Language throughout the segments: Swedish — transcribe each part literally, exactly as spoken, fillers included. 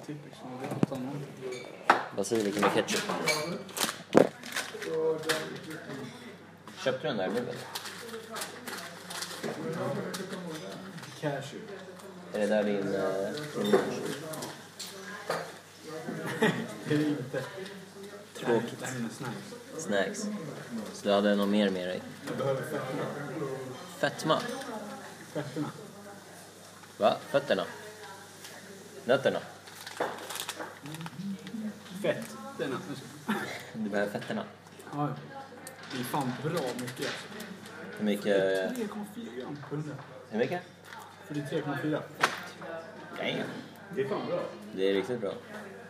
Tippex som vi pratar om. Basilika med ketchup. Köpte du den där nu eller? Cashew. Är det där din... Uh, din det är inte. Tråkigt. Det här är mina snacks. Snacks. Så du hade något mer med dig? Jag behöver fetma. Fetma? Fötterna. Va? Fötterna? Nötterna? Fetterna. Du behöver fötterna. Ja, det är fan bra mycket. Alltså. Hur mycket... tre komma fyra gram på hundra. Hur mycket? fyrtiotre komma fyra. Nej. Det är fan bra. Det är riktigt bra.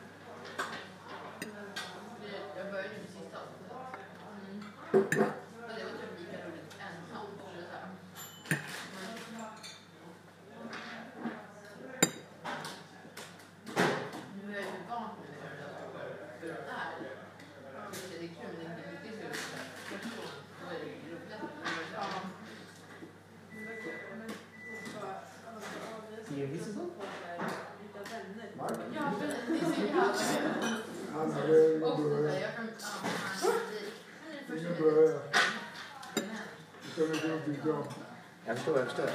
Jag förstår, jag förstår.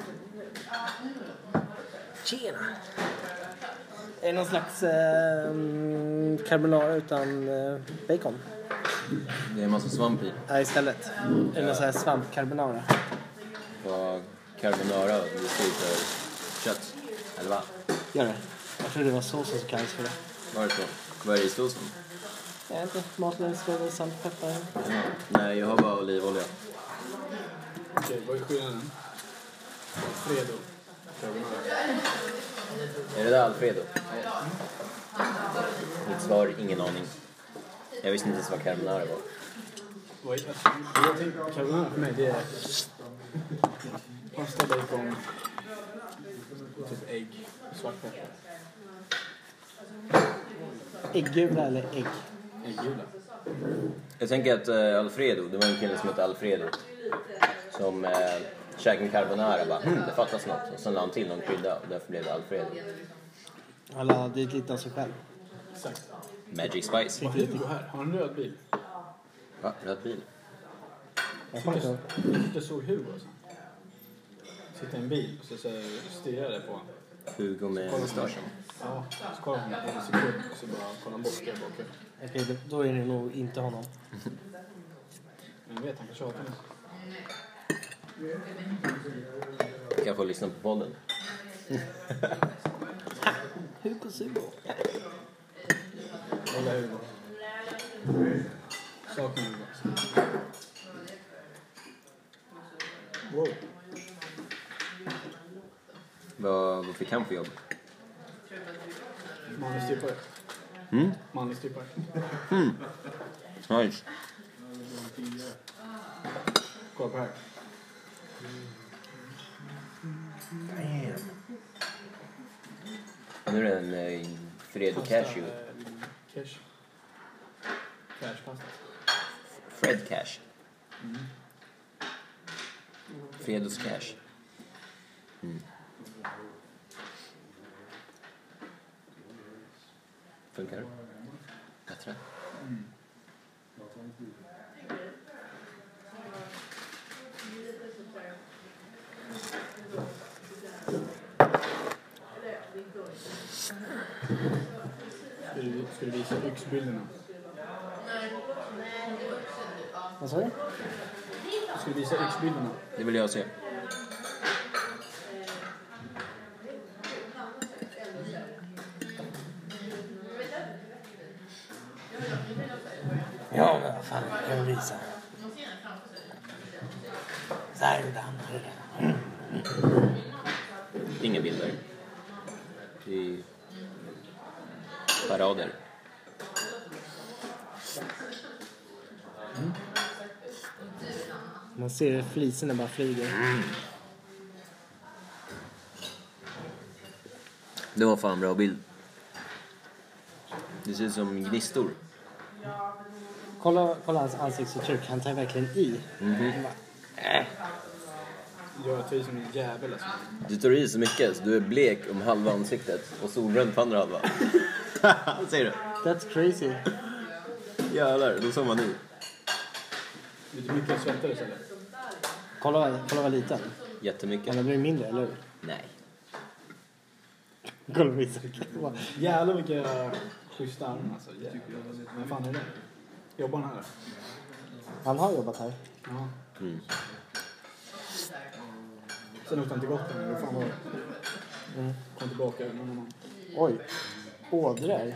Tjena! Är det någon slags eh, carbonara utan eh, bacon? Det är en massa svamp i. Ja, istället. Är det någon sån här svampcarbonara? Vad carbonara, det står för kött. Eller vad? Gör det? Jag trodde det var såsen som kallas för det. Varför? Vad är det i såsen? Jag vet inte. Matlösskål, salt, peppar. Ja. Nej, jag har bara olivolja. Okej, vad är skillnaden? Alfredo. Är det där Alfredo? Mitt svar, ingen aning. Jag visste inte ens vad carbonara var. Vad är det? Jag tänkte, carbonara för mig det är pasta, bacon, typ ägg, svartpeppar. Äggula eller ägg? Äggula. Jag tänker att uh, Alfredo, det var en kille som hette Alfredo. Som uh, käkade en carbonara bara, hm, det fattas något. Och sen la han till någon krydda och därför blev det Alfredo. Han la dit lite av sig själv. Exakt. Magic Spice. Vad Hugo här? Har en röd bil? Va? Röd bil? Jag får inte. Jag såg Hugo alltså. Sitta i en bil och så, så stirrade på honom. Hugo med mustaschen. Ja, så kollar han på en sekund och så bara kollar han bort det bakom. Okej, då är det nog inte honom. Men jag vet, han kanske hatar mig. Jag kan få lyssna på podden. Hugo Sugo. Kolla Hugo. Saknar Hugo alltså. Wow. Vad, vad fick han för jobb? Manlig styppare. Mm? Manlig styppare. Mm. Nice. Kolla på här. Damn. Nu är det en eh, Fredo Cashew. Cash. Cashpasta. Fred Cash. Mm. Fredos Cash. Mm. Funkar det? Bättre? Mm. Ska du, ska du visa yxbilderna? Vad sa du? Ska du visa yxbilderna? Det vill jag se. Ja, men vad fan kan jag visa? Så här gjorde han. Inga bilder. Det är parader. Mm. Man ser fliserna bara flyger. Mm. Det var fan bra bild. Det ser ut som gnistor. Kolla, kolla hans ansiktsuttryck. Han tar verkligen i. Mm-hmm. Han bara, äh. Jag tar i som en jävel alltså. Du tar i så mycket så du är blek om halva ansiktet och solbränd på andra halva. Vad säger du? That's crazy. Jävlar, då såg man nu. Vet du hur mycket jag svettades eller? Kolla, kolla vad liten. Jättemycket. Eller blir det mindre, eller hur? Nej. Kolla vissa. Jävlar vilka schyssta armar alltså. Jävlar. Men fan är det? Jobbar han här? Han har jobbat här. Ja. Mm. Sen åkte han till Gotland. Hur fan var det? Mm. Kom tillbaka någon annan. Oj. Ådror.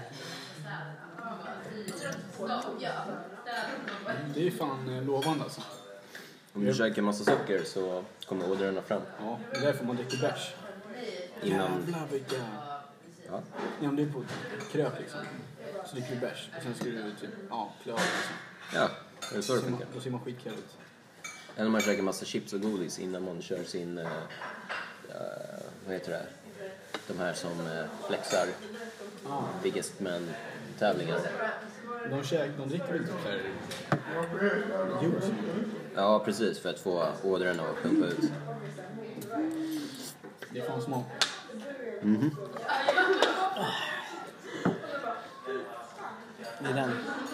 Det är fan eh, lovande alltså. Om du käkar massa socker så kommer ådrorna fram. Ja, det är därför man dricker bärs. Innan... Jävlar vilka... Ja. Ja, om det är på krök liksom. Så dricker du bärs. Och sen ska du typ, ja, klä av liksom. Ja, är det så Då det ser man- funkar? Då ser man skitkul ut. Eller om man käkar massa chips och godis innan man kör sin... Uh, uh, vad heter det här? De här som uh, flexar Ja. Biggest Man-tävlingar. De, käk, de dricker väl typ såhär... juice. Ja, precis. För att få ådrorna att pumpa ut. Det är fan smak. Mhm. Det är den.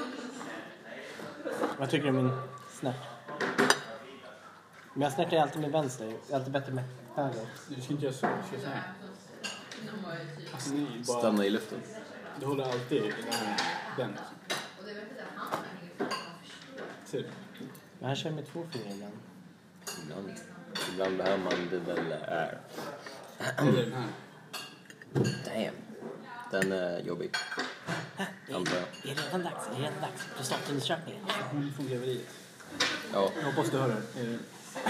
Vad tycker du om min snärt? Men jag snärtar alltid med vänster. Jag är alltid bättre med höger. Du ska inte göra så. Du ska säga. Alltså nej, bara... Stanna i luften. Du håller alltid i den här... Den liksom. Ser du? Men han kör med två fingrar ibland. Ibland, ibland behöver man det väl... Äh. Eller den här. Damn. Den är jobbig. Antar jag. Det är redan dags. Det är redan dags. Prostatundersökningen. Hon från graveriet. Ja. Jag hoppas du hör det. Eh,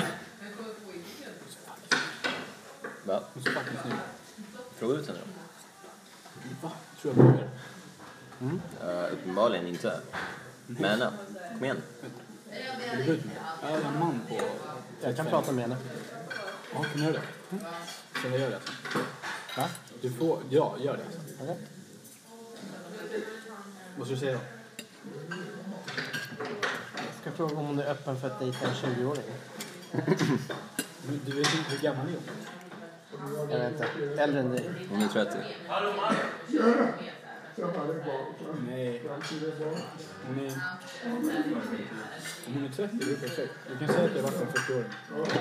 Va? Hon är så fucking snygg. Fråga ut henne då. Va? Tror jag vågar. Uh, uppenbarligen inte. Men uh, kom igen. Vill du ut med det? Jag har en man på... Jag kan prata med henne. Ja, kan du göra det? Så jag gör det alltså. Va? Du får... Ja, gör det alltså. Okej. Vad ska du säga då? Jag ska fråga om hon är öppen för att dejta en tjugo-åring. Men du vet inte hur gammal ni är? Jag vet inte. Äldre än dig. Hon är trettio. Nej. Hon är... Om hon är trettio, det är perfekt. Du kan säga att jag har varit en fyrtio-åring.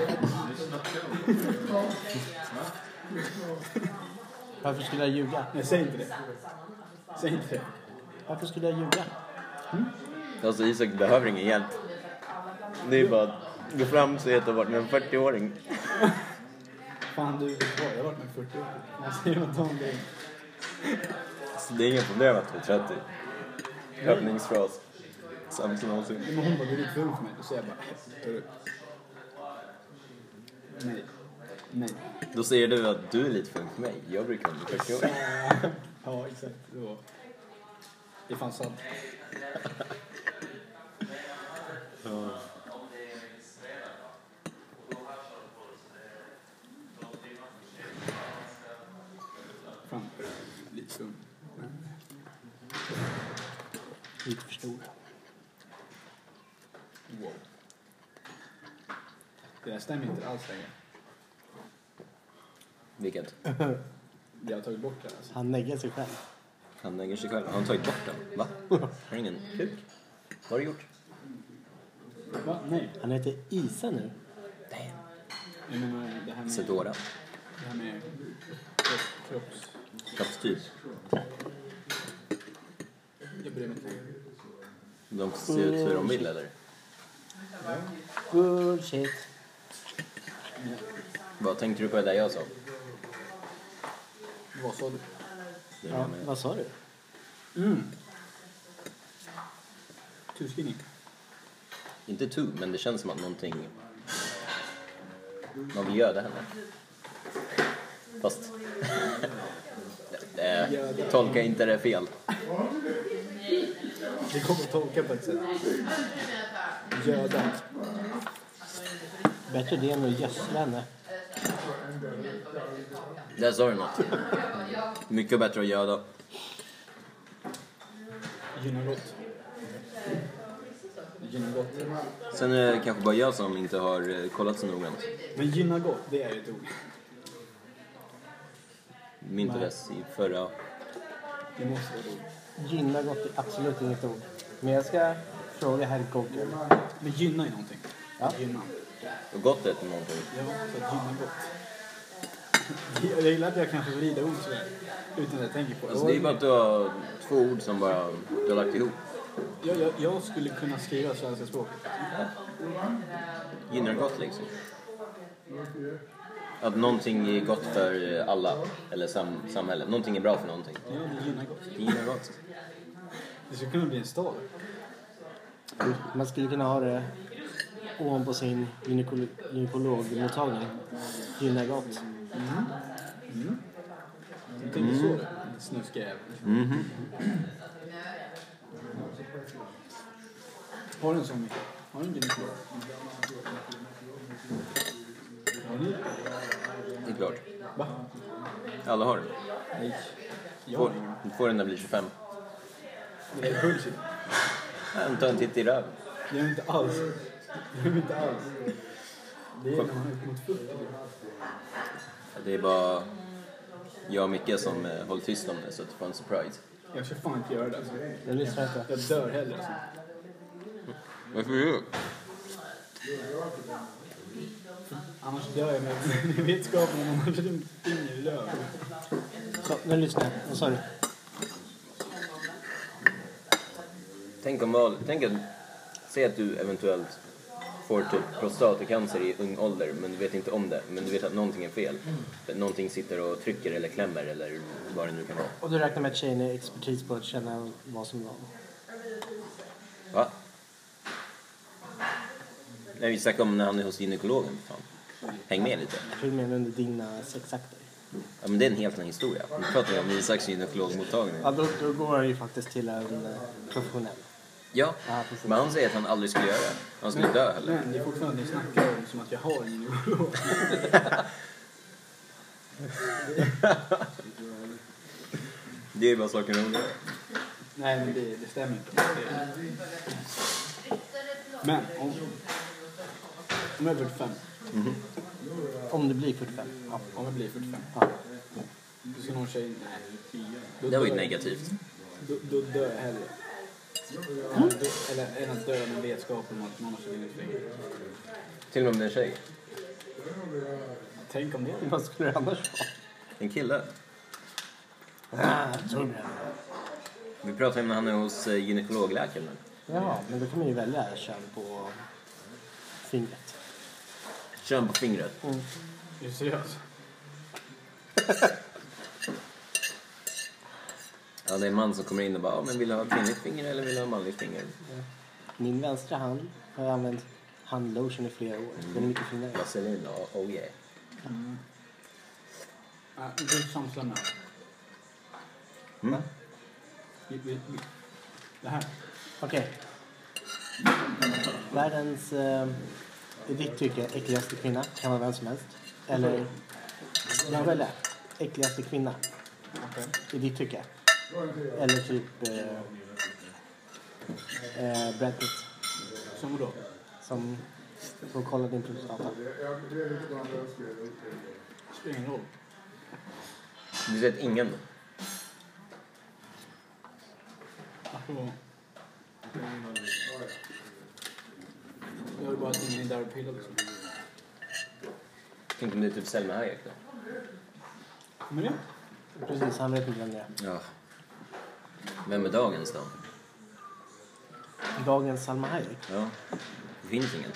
Varför skulle jag ljuga? Nej, säg inte det. Säg inte det. Varför skulle jag ljuga? Alltså Isak behöver ingen hjälp. Det är bara att gå fram och säga att du har varit med en fyrtio-åring. Fan du, vet du vad? Jag har varit med fyrtio-åring. Man säger något om det. Så det är inget problem att du är trettio. Öppningsfras. Samma som någonsin. Men hon bara, du är lite för ung för mig. Då säger jag bara, tar du? Nej. Nej. Då säger du att du är lite för ung för mig. Jag brukar vara fyrtio år. Ja, exakt. Det var... Det är fan sant. Fan, lite för ung. Lite för stor. Wow. Det där stämmer inte alls längre. Vilket? Jag har tagit bort det alltså. Han neggar sig själv. Han lägger sig själv. Har han tagit bort den? Va? Har du ingen kuk? Vad har du gjort? Va? Nej. Han heter Isa nu. Damn. Jag menar det här med... Sedora. Det här med kropp, kropps... Kroppstyp. Jag bryr mig inte. De ser ut hur de vill eller? Bullshit. Vad tänkte du på det där jag sa? Vad sa du? Det är Ja, det med. vad sa du? Mm. Tuskinning. Inte tu, men det känns som att någonting... Man vill göra henne. Fast... eh, tolka inte det fel. Det kommer att tolka på ett sätt. Göda. Bättre det än att gödsla henne. Där sa du något. Mycket bättre att göra. Gynnar gott. gin och gott. Sen är det kanske bara jag som inte har eh, kollat så noggrant. Men gin och gott, det är ju ett ord. Myntades i förra... Det måste vara ett ord. Gynna gott är absolut inget ord. Men jag ska fråga herr Google. Men gynna är någonting. Ja. Gynna. Och gott är någonting. Ja, så att gynna gott. Jag gillar att jag kan förvrida ord sådär. Utan att jag tänker på det. Alltså det är bara att du har två ord som bara du har lagt ihop. Jag, jag, jag skulle kunna skriva svenska språket. Gynnar gott liksom. Att någonting är gott för alla. Eller sam, samhället. Någonting är bra för någonting. Ja, det gynnar gott. Det gynnar gott. Det skulle kunna bli en stad. Man skulle kunna ha det ovanpå sin gynekolo- gynekologmottagning. Gynna gott. Mm. Jag tänker så. Snuskjävel. Mhm. Har du en sån mycket? Har du en gynekolog? Har du? Det är klart. Va? Alla har den. Nej. Jag Får, har ingen. du får den när du blir tjugofem. Det är bullshit. Jag tar en titt i röven. Det är inte alls. Det är inte alls. Det är när man är uppemot fyrtio. Det är bara jag och Micke som eh, håller tyst om det så att du får en surprise. Jag ska fan inte göra det. Alltså. Jag lyssnar inte. Jag dör hellre. Alltså. Varför gör du? Annars dör jag med, med vetskapen om man har rymt finger i löv. Så, nu lyssnar jag. Vad sa du? Tänk om val, tänk att säg att du eventuellt får typ prostatacancer i ung ålder men du vet inte om det, men du vet att någonting är fel. Att någonting sitter och trycker eller klämmer eller vad det nu kan vara. Och du räknar med att tjejen är expertis på att känna vad som var. Va? Nej, vi snackar om när han är hos gynekologen. Fan. Häng med lite. Jag tror du menar under dina sexakter. Ja, men det är en helt annan historia. Nu pratar jag om Isaks gynekologmottagning. Ja, då, då går han ju faktiskt till en eh, professionell. Ja, Ja, precis. men han säger att han aldrig skulle göra det. Han skulle dö heller. Men det är fortfarande ni snackar om som att jag har en gynekolog. Det är bara saker om det. Nej, men det, det stämmer inte. Det, men om, om jag är fyrtiofem. Mm-hmm. Om du blir fyrtiofem. Ja. Om jag blir fyrtiofem. Ja. Då ska någon tjej... Nej. Då Det var ju dör- negativt. Då, då dör jag hellre. Än att dö- Eller än att dö med vetskap om att någon har kört in ett finger. Till och med en tjej. Tänk om det. Vad skulle det annars vara? En kille. Ah, tror du det? Vi pratar om när han är hos eh, gynekologläkaren. Ja, men då kan man ju välja kön på fingret. Kön på fingret. Mm. Är du seriös? Ja, det är en man som kommer in och bara, ja, men vill du ha kvinnligt finger eller vill du ha manligt finger? Min vänstra hand har jag använt handlotion i flera år. Den är mycket finare. Vaselin, oh, oh yeah. Mm. Ja, det är samsla med. Mm. Vi- vi- vi- Det här. Okej. Världens, eh, i ditt tycke, äckligaste kvinna kan vara vem som helst. Eller, jag väljer äckligaste kvinna Okej. i ditt tycke. Eller typ eh, eh, Brad Pitt Som då? som får kolla din prostata. Spelar ingen roll. Du sett ingen? Så. Jag vill bara att ingen är där och pillar liksom. Tänk om det är typ Selma Hayek då? Men det? Precis, han vet inte vem det är. Ja. Vem är dagens då? Dagens Salma Hayek. Ja. Det finns ingen.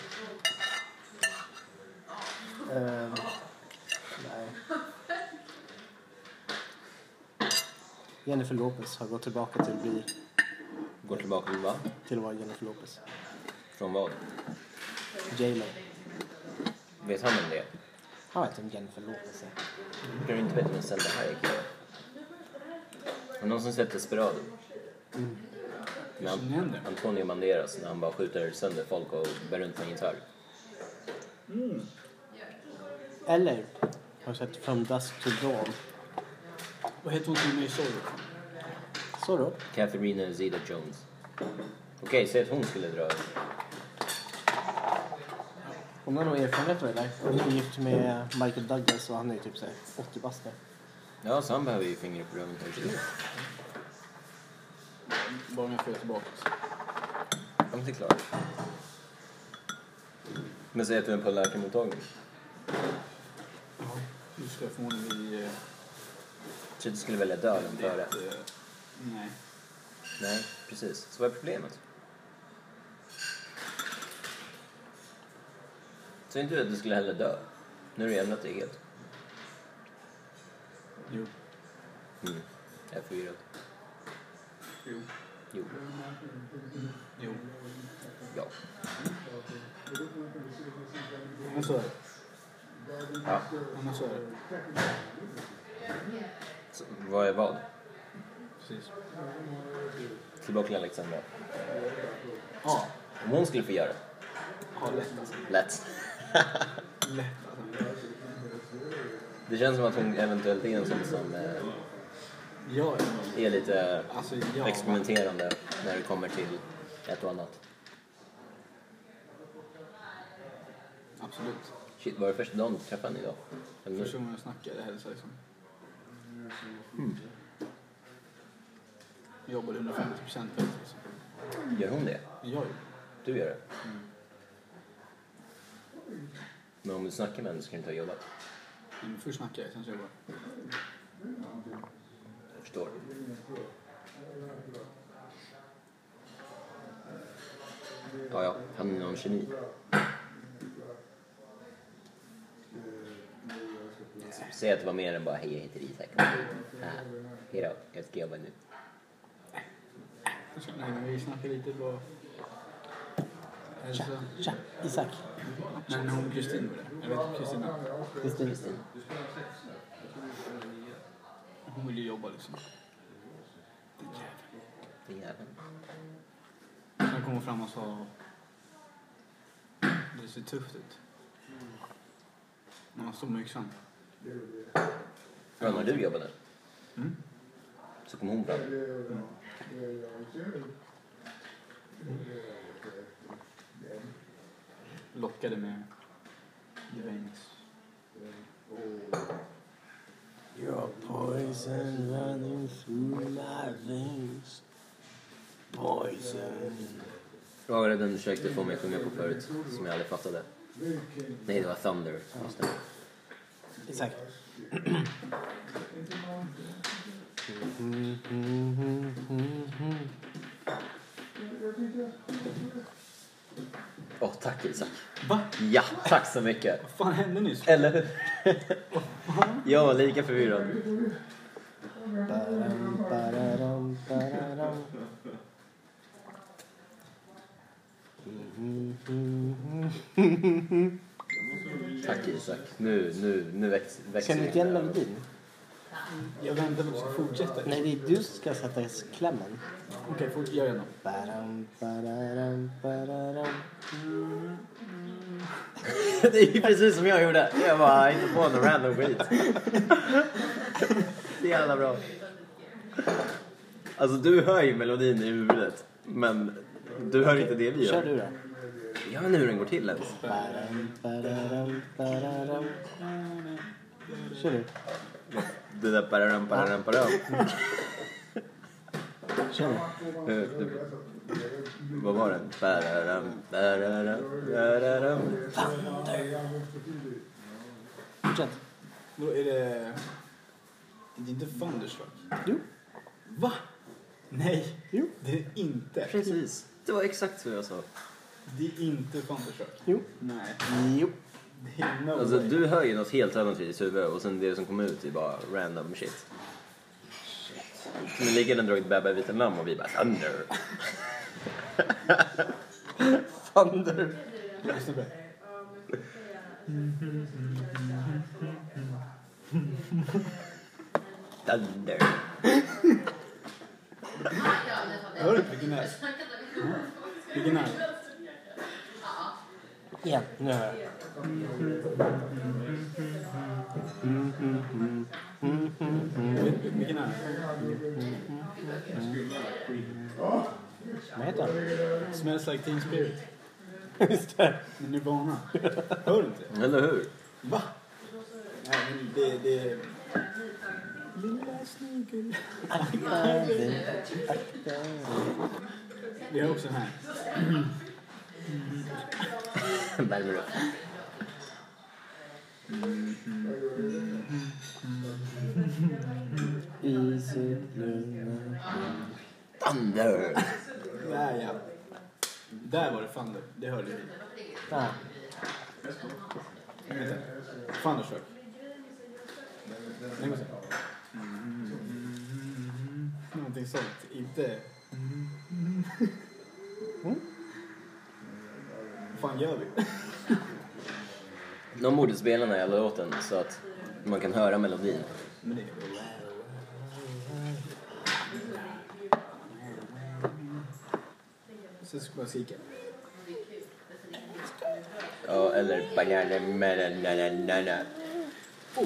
Eh, nej. Jennifer Lopez har gått tillbaka till att bli Går tillbaka till vad? till att vara Jennifer Lopez. Från vad? J Lo. Vet han om det? Han vet vem Jennifer Lopez är. Brukar du inte veta vem Selma Hayek är? Har någon som sett Desperado? Mm. Med Känner igen det? Antonio Banderas när han bara skjuter sönder folk och bär runt med en gitarr. Mm. Eller har du sett From Dusk to Dawn? Vad heter hon som är med i Zorro? Så då? Catherine Zeta-Jones. Okej, säg att hon skulle dra Hon har nog erfarenhet av det där. Hon är gift med Michael Douglas och han är typ så här åttio bast där. Ja, så han behöver ju fingret på röven. Bara om jag får tillbaka. Ja, men det är klart. Men säg att du är på en läkarmottagning. Ja, du ska få en vid... Så du skulle välja döden före? Eh, nej. Nej, precis. Så vad är problemet? Så inte du att du skulle hellre dö? Nu är du ämnat dig helt. Jo. Mm. Jag är förvirrad. Jo. Jo. Jo. Ja. Men så är det. Ja. Men så är det. Så, vad är vad? Precis. Tillbaka till Alexandra. Ja. Om hon skulle få göra det. Ja, lätt alltså. Lätt. Lätt alltså. Det känns som att hon eventuellt är en sån som eh, Ja, är lite alltså ja. experimenterande när det kommer till ett och annat. Absolut. Shit, var det första dagen du träffade henne idag? Eller nu? Första gången jag snackade hälsa liksom. Mm. Jag jobbade hundrafemtio procent på liksom. Gör hon det? Jag ju. Du gör det? Mm. Men om du snackar med henne ska du inte ha jobbat. Men först snackade jag, sen så jobbade jag. Jag förstår. Ja, ja. Han är någon geni. Säg att det var mer än bara hej, jag heter Isak. Ah, hej då, jag ska jobba nu. Nej, men vi snackade lite på... Tja, Hälsa. tja, Isak. Men hon Kristin var det. Jag vet Kristina. Kristin. Kristin. Hon vill ju jobba liksom. Det är jävligt. Det är jäveln. Sen kom hon fram och sa... Det ser tufft ut. Man har så mycket sant. Ja, när du jobbade Mm. så kom hon fram. Mm. Lockade med The Veins. Your poison running through my veins. Poison. Vad var det den försökte få mig att sjunga på förut som jag aldrig fattade? Nej, det var Thunder. Just det. Isak. Åh, tack Isak. Va? Ja, tack så mycket. Vad fan hände nyss? Eller hur? Jag var lika förvirrad. Baram, bararam, bararam. Tack Isak. Nu, nu, nu väx, växer Känner du inte igen melodin? Jag väntar på att du ska fortsätta. Nej, det är du som ska sätta klämmen. Okej, fort, gör gärna. Baram, bararam, bararam. Det är ju precis som jag gjorde. Jag bara inte på någon random skit. Det är jävla bra. Alltså du hör ju melodin i huvudet. Men du hör inte det vi gör. Kör du då. Jag vet inte hur den går till ens. Baram, bararam, bararam. Kör du. Det där pararam, pararam, pararam. Kör du. Eh, det- Vad var den? Pararam, pararam, pararam. Fortsätt. Då är det... Det är inte Thunderstruck. Jo. Va? Nej. Jo. Det är inte. Precis. Det var exakt så jag sa. Det är inte Thunderstruck. Jo. Nej. Jo. Det är no Alltså way. du hör ju något helt annat i ditt huvud och sen det som kommer ut är bara random shit. Men ligger den dragit bäba i vita lamm och vi bara Thunder. Thunder. Lyssna på det. Thunder. Hör du vilken är? Vilken är? Igen, nu hör jag. Vilken är? Vad heter han? Smells like Teen Spirit. Just det. Nirvana. Hör du inte det? Eller hur? Va? Nej, men det, det... Lilla snigel. Akta dig, akta dig. Vi har också den här. Värmer upp. Thunder! Där ja. Där var det Thunder. Det hörde vi. Ja. Vänta. Thundershock. Nej, vad säger jag? Någonting sånt. Inte... Vad fan gör vi? De borde spela den här jävla låten så att man kan höra melodin. Men det är... Så ska man kika. Ja, eller banana banana. Oh.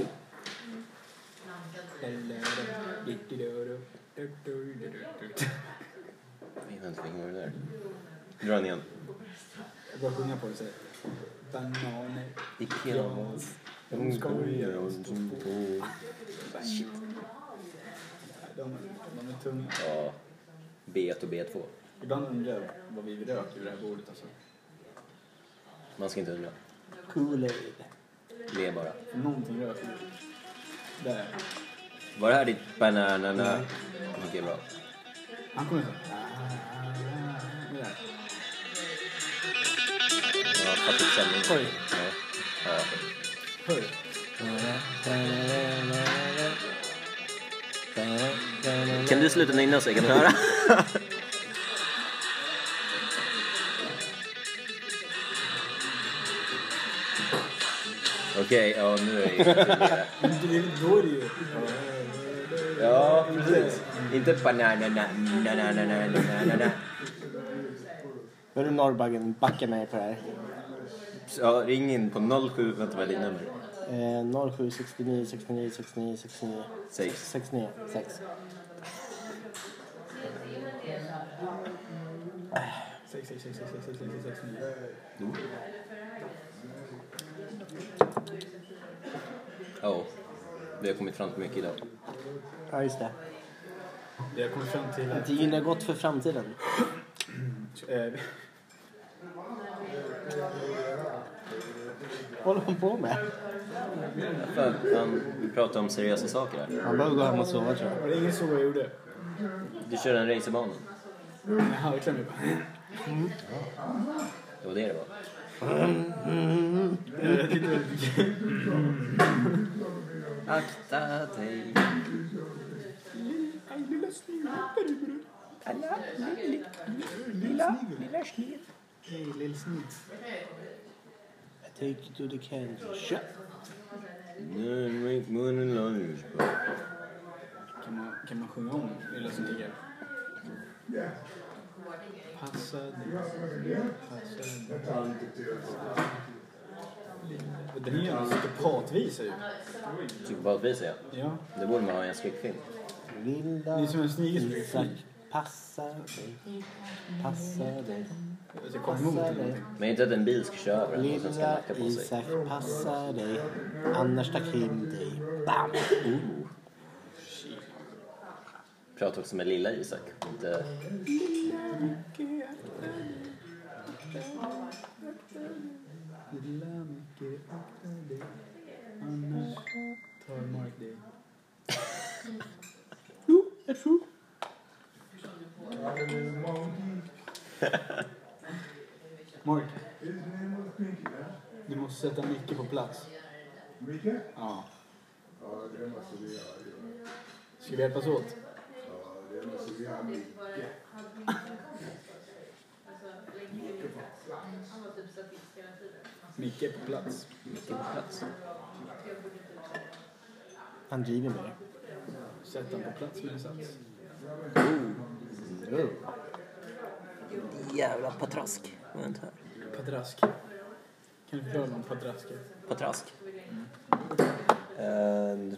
Jag vet inte vad det där. Dra den igen. Jag bara sjunga på det så. Bananer. Ikeas. De skojar. Shit. De, de är tunga. Ja. B ett och B två. Ibland undrar jag vad vi rök i det här bordet alltså. Man ska inte undra. Kool-Aid. Le bara. Någonting rök i. Där. Var det här ditt banana? Okej, bra. Han kommer så. Där. Ja, fattigt sändning. Oj. Ja. Ja. Hör. Kan du sluta nynna så jag kan höra? Okej, ja nu är det Då är det ju. ja, precis. Inte banana na na na na na na na. Då är det Norrbaggen, backa mig på det här. Ja, ring in på noll sju, vänta vad är ditt nummer? Eh, noll sju sextionio sextionio sextionio sextionio Sex. sextionio sex. sex, sex, sex, sex, sex, sex, sex, sex, nio. Ja, vi har kommit fram till mycket idag. Ja, just det. Vi har kommit fram till att... Det gynnar gott för framtiden. Eh, Vad håller han på med? För han pratar om seriösa saker här. Han behöver gå hem och sova, tror jag. var det ingen så jag gjorde? Du kör en racerbana. Jaha, det klämmer bara. Det var det det var. Jag tyckte väldigt mycket. Akta dig. Lilla snigel. Lilla, lilla, lilla snigel. Hej, lill snigel. Take you to the candy shop. Kan man, kan man sjunga om Lilla snigel? Passa dig. Passa dig. Den är ju en psykopatvisa ju. Psykopatvisa, ja. Ja. Det borde man ha i en skräckfilm. Lilla Det är som en snigel som Isak, försöker fly. passa dig. Passa dig. Jag kommer emot eller någonting. Men inte att en bil ska köra över den och sen ska Lilla nacka på sig. Isak, passa dig. Annars tar Kim dig. Bam! Ooh. Prata också med lilla Isak. Inte... Lilla mycket akta dig. Annars tar Mark dig. Jo, jag tror. Mark. Du måste sätta Micke på plats. Micke? Ja. Ja, det måste vi göra. Ska vi hjälpas åt? Ja, det måste vi göra, Micke. Micke är på plats. Mycket på plats. Han driver med det. Sätt han på plats med en sats. Oh. Jävla patrask. Vänta här. Padrask. Kan du förklara om padrask är? Patrask. En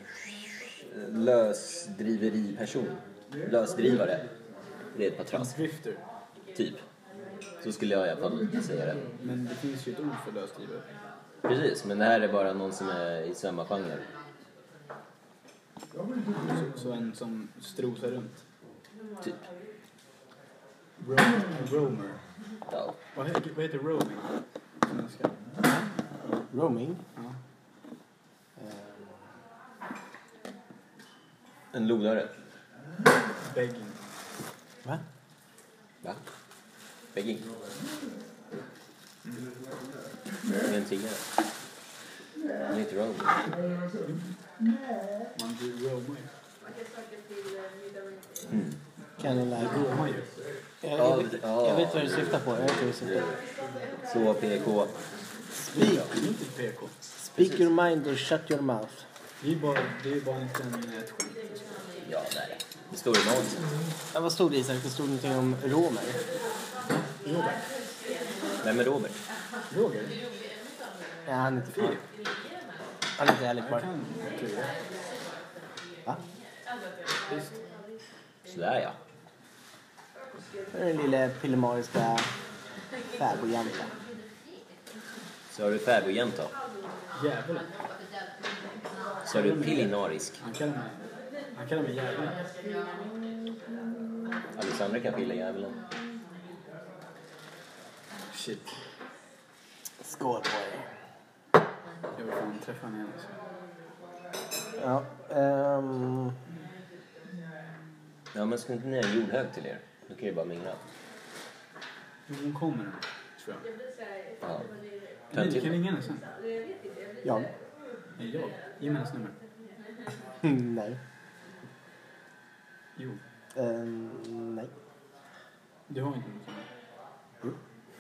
lösdriveriperson. Lösdrivare. Det är ett patrask. Drifter. Typ. Så skulle jag i alla fall säga det. Men det finns ju ett ord för lösdrivare. Precis, men det här är bara någon som är i samma genre. Så, så en som strosar runt. Typ. Ro- roamer. Ja. Vad heter, vad heter roaming? Svenska. Roaming. Ja. Eh, En lodare. Begging. va? Va? Begging. Det är en tiggare. Han är inte roaming. Man blir roamar ju. Mm. Can you like... Roamar ju. Jag, Ja, jag, vet, ja. jag vet vad du syftar på. Jag vet vad du syftar på. Så P K. Speak, Det är inte P K. speak your mind or shut your mouth. Det är bara, det är bara en liten ett skämt. Ja, det är det. Det står i någonsin. Ja, vad stod det, Isak? Det stod någonting om romer. Robert. Vem är Robert? Roger. Ja, han är inte kvar. Han är inte heller Jag kvar. kan tror jag. Va? Visst. Sådär ja. Den lilla pillemariska fäbodjänta. Så har du fäbodjänta. Djävulen. Så har du pillinarisk. Han kallar mig. Han kallar mig djävulen. Alexandra kan pilla djävulen. Shit. Skål på er. Jag vill fan träffa henne igen alltså. Ja, ehm... Ja, men ska inte ni ha en jordhög till er? Då kan ju bara mingla. Hon kommer, tror jag. Ja. Ta Nej, en du kan till. ringa henne sen. ja. Nej, jag. Ge mig hennes nummer. nej. Jo. Ehm, nej. Du har inte något nummer.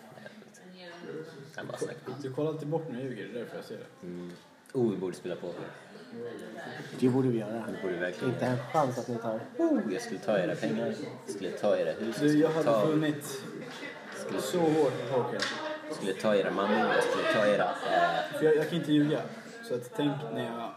Han bara snackar. Du kollar alltid bort när jag ljuger. Det är därför jag ser det. Mm. Oh, vi borde spela på. Det borde vi göra. Det borde vi verkligen. Inte en chans att ni tar. Oh, jag skulle ta era pengar. Jag skulle ta era hus. Du, jag skulle hade ta, funnit skulle, så hårt på poker. skulle ta era mammor. Jag skulle ta era... Äh, För jag, jag kan inte ljuga. Så att tänk när jag...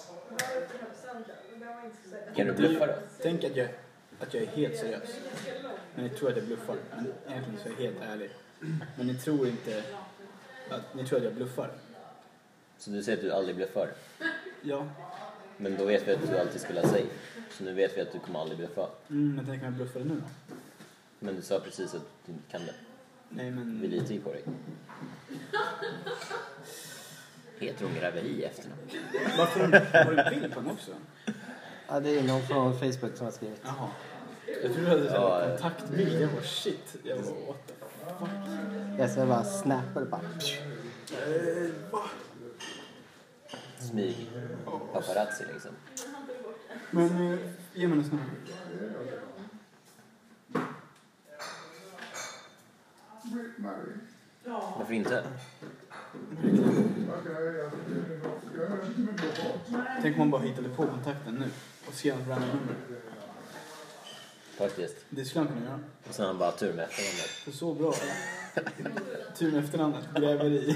kan du bluffa då? Tänk att jag, att jag är helt seriös. Men ni tror att jag bluffar. Men egentligen så är jag helt ärlig. Men ni tror inte... Att, ni tror att jag bluffar. Så du säger att du aldrig bluffar. Ja. Men då vet vi att du alltid skulle ha safe. Så nu vet vi att du kommer aldrig bluffa. Mm, men tänk om jag bluffar nu då? Men du sa precis att du inte kan det. Nej, men... Vi litar ju på dig. Heter hon graveri i efternamn? Varför har du en bild på den också? Ja, det är någon från Facebook som har skrivit. Jaha. Jag trodde att det var Ja, en kontaktbild. Jag var shit. Jag var what the fuck. Jag ska bara snappa det bara. Eh, va? Smyg. Paparazzi liksom. Men eh, ge mig en snabbt. Varför inte? Tänk om man bara hittade på kontakten nu och skrev ett random nummer. Faktiskt. Det skulle han kunna göra. Och sen har han bara tur med efternamnet. Det är så bra. Tur med efternamnet. Gräveri.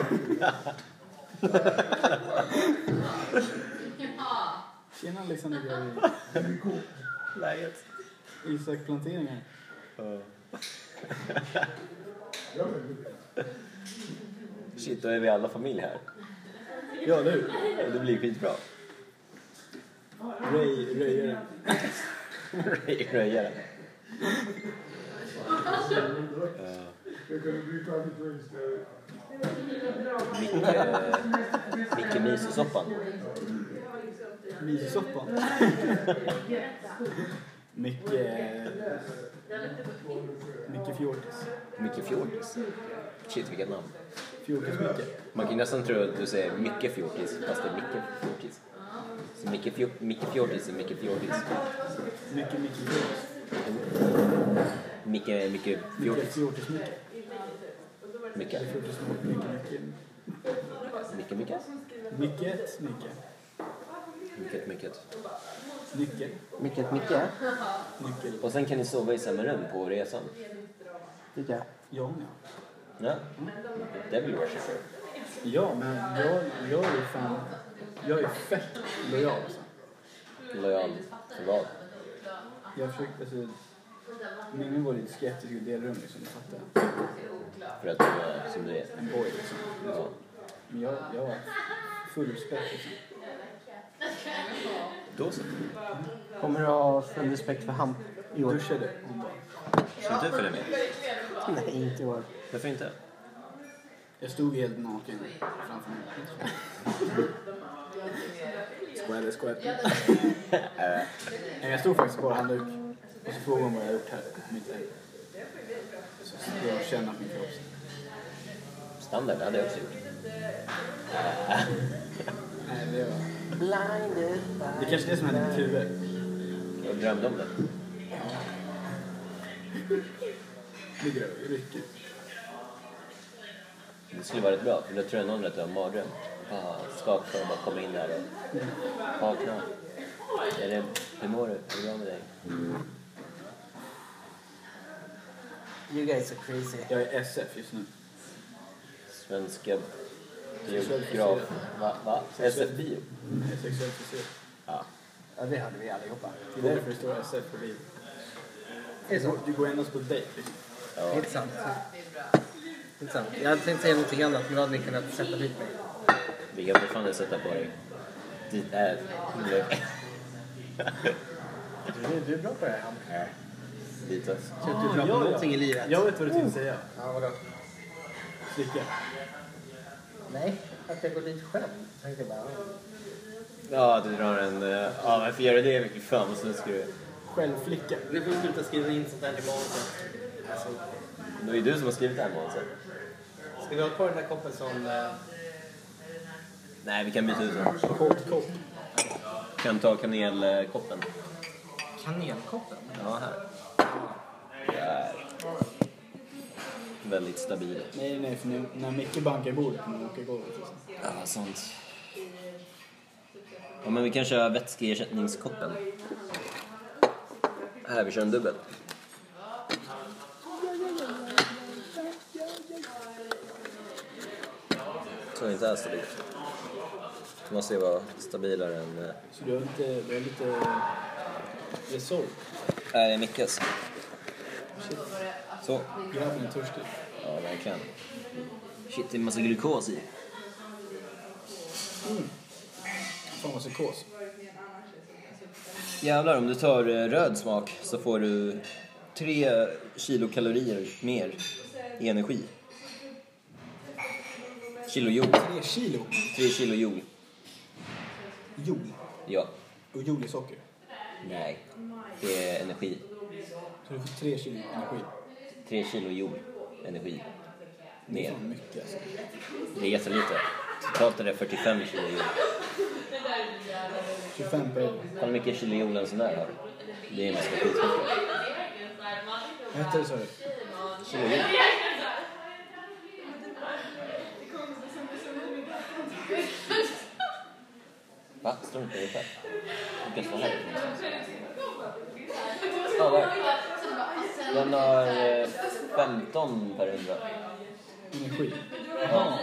Tjena Alexander Gräveri. Läget. Isak Planteringar. Shit, då är vi alla familj här. Ja, du. Det blir skitbra. Ray, Röjare. Ray, röjare. Micke, Micke Mysosoppan. Mysosoppan. Micke... Micke Fjortis. Micke Fjortis. Shit, vilket namn. Fjortis Micke. Man kan nästan tro att du säger Micke Fjortis, fast det är Micke Fjortis. Så Micke, Fjor- Micke Fjortis är Micke Fjortis. Micke Micke Fjortis. Micke, Micke Micke Fjortis. Fjortis Micke. Micke. Fjortis Micke Micke. Micke, Micke. Micke Micke. Mycket, mycket. Nyckel. Mycket, mycket. Nyckel. Och sen kan ni sova i samma rum på resan. Vilka? Ja, ja. Ja. Devil worshipper. Ja, men jag, jag är fan... Jag är fett lojal alltså. Lojal för vad? Jag försöker... Alltså, Min var lite skeptisk i det rummet liksom, fattar jag. För att du var som du är. En boy liksom. Ja. Men jag, jag var full respekt liksom. Då så. Kommer du ha full respekt för Hamp i år? Duschade. Hon bara. Ska inte du följa med? Nej, inte i år. Varför inte? Jag stod helt naken framför mig. Skål, skål. Nej, jag stod faktiskt på handduk. Och så frågade hon vad jag har gjort här. Mitt hem. Så jag känner min kropp. Standard, det hade jag också gjort. Nej, det var... Blinded. Det är kanske det som hände i mitt huvud. Jag drömde om det. Ligger över rycket. Det skulle vara rätt bra, för då tror jag någon rätt har mardröm. Ah, skakar och bara komma in där och vakna. Är det, hur mår du? Är det bra med dig? You guys are crazy. Jag är S F just nu. Svenska biograf... Va? Va? S F-bio? Jag är sexuellt frisyr. Ja. Ja, det hade vi allihopa. Det är därför det står S F på bio. Det är så. Du går endast på dejt liksom. Ja. Inte sant. Inte sant. Jag hade tänkt säga någonting annat, men då hade vi kunnat sätta dit mig. Vi kan fortfarande sätta på dig. Dit är... Du, du är bra på det här, Hamp. Ja. Dit oss. Så att du är bra på någonting i livet. Jag vet vad du tänkte säga. Ja, vadå? Slicka. Nej, att jag går dit själv. Tänkte jag bara, Ja, du drar en... Uh, ja, varför gör du det? Vilken fan, och så ska du... Självflicka. vi får sluta skriva in sånt här till manuset. Alltså, Det är ju du som har skrivit det här målet. ska vi ha kvar den där koppen som... Eh... Nej, vi kan byta ut den. Kort kopp. Kan ta kanelkoppen. Kanelkoppen? Ja, här. Där. Väldigt stabil. Nej, nej, för när, när Micke bankar i bordet kommer man åka i golvet liksom. Ja, sånt. Ja, men vi kan köra vätskeersättningskoppen. Här, vi kör en dubbel. Så är inte alls stabilt. Det måste ju vara stabilare än... eh, Så du har lite, du har lite resor. Nej, det är Mickes. Så. Grabben är törstig. Ja, verkligen. Shit, det är en massa glukos i. Fan vad psykos. Jävlar, om du tar eh, röd smak så får du tre kilokalorier mer i energi. Kilo joule. Tre kilo Tre kilo joule. jol. Ja. Och jol är socker. Nej. Det är energi. Så du får tre kilo energi. Tre kilo joule energi. Det är Mer. fan mycket alltså. Det är jättelite. Totalt är det fyrtiofem kilo joule. tjugofem per... Kolla hur mycket kilo joule en sån där har. Det är en massa skitsocker. Vad heter det så? Kilo joule. Va? Står det inte ungefär? Det kan stå här. Ja, där. Den har eh, femton per hundra. Energi. Ja.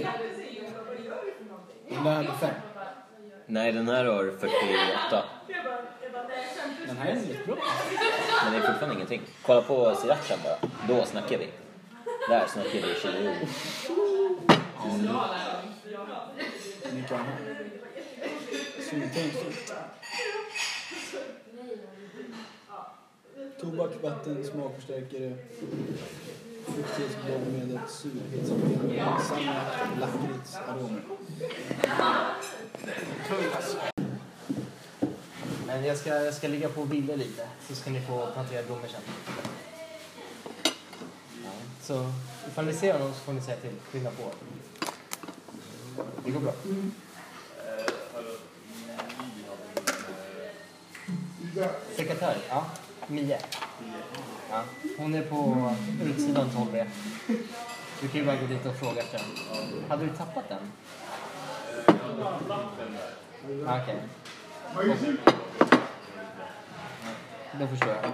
Den där hade fem. Nej, den här har fyrtioåtta. Den här är lite bra. Men det är fortfarande ingenting. Kolla på srirachan bara. Då snackar vi. Där snackar vi kilo joule. Mycket annat. Syntänkt. Tobak, vatten, smakförstärkare, fruktighetsblandmedel, surhetsmedel, sallad, lakrits, aromer. Men jag ska, jag ska ligga på bilder lite, så ska ni få plantera blommor sen. Ja. Så ifall ni ser honom så får ni säga till, skynda på. Det går bra. Sekretär, ja. Mia. Ja. Hon är på utsidan tolv E. Du kan ju bara gå dit och fråga efter den. Hade du tappat den? Ah, okej. Okay. Då förstår jag.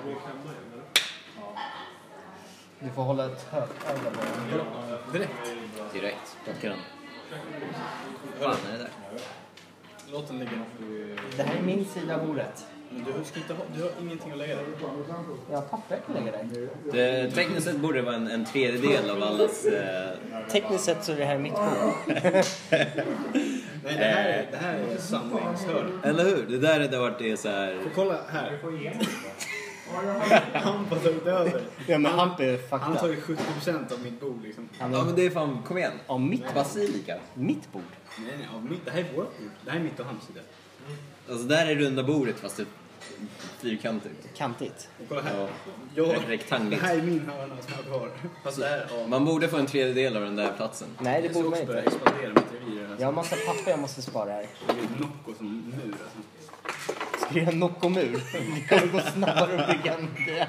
Du får hålla ett högt öga på den. Direkt. Direkt. Plocka den. Vad fan är det där? Låt den ligga. Det här är min sida av bordet. Men du ska inte ha, du har ingenting att lägga där. Jag har papper att lägga där. Det, tekniskt sett borde det vara en, en tredjedel av allas... Eh, Tekniskt sett så är det här mitt bord. Nej, det här är, det här är samlingshörn. eller hur? Det där är där vart det är så här... För kolla här. Han har tagit över. Ja, men Hamp är Han har fucked up. tagit sjuttio procent av mitt bord liksom. Han Ja är men det är fan, kom igen. av mitt, Basilika. mitt bord. Nej, nej, av mitt, det här är vårt bord. Det här är mitt och hans sida. Alltså där är runda bordet fast det är fyrkantigt. Kantigt. Och kolla här. Ja. Jag, Rektangligt. det här är min hörna som jag har. Fast det här, ja. Man borde få en tredjedel av den där platsen. Nej, det Jag borde ska man också börja inte. expandera mitt revir. Alltså. Jag har massa papper jag måste spara här. Det är Nocco som mur alltså. Ska jag Nocco-mur? Det kommer gå snabbare att bygga än det.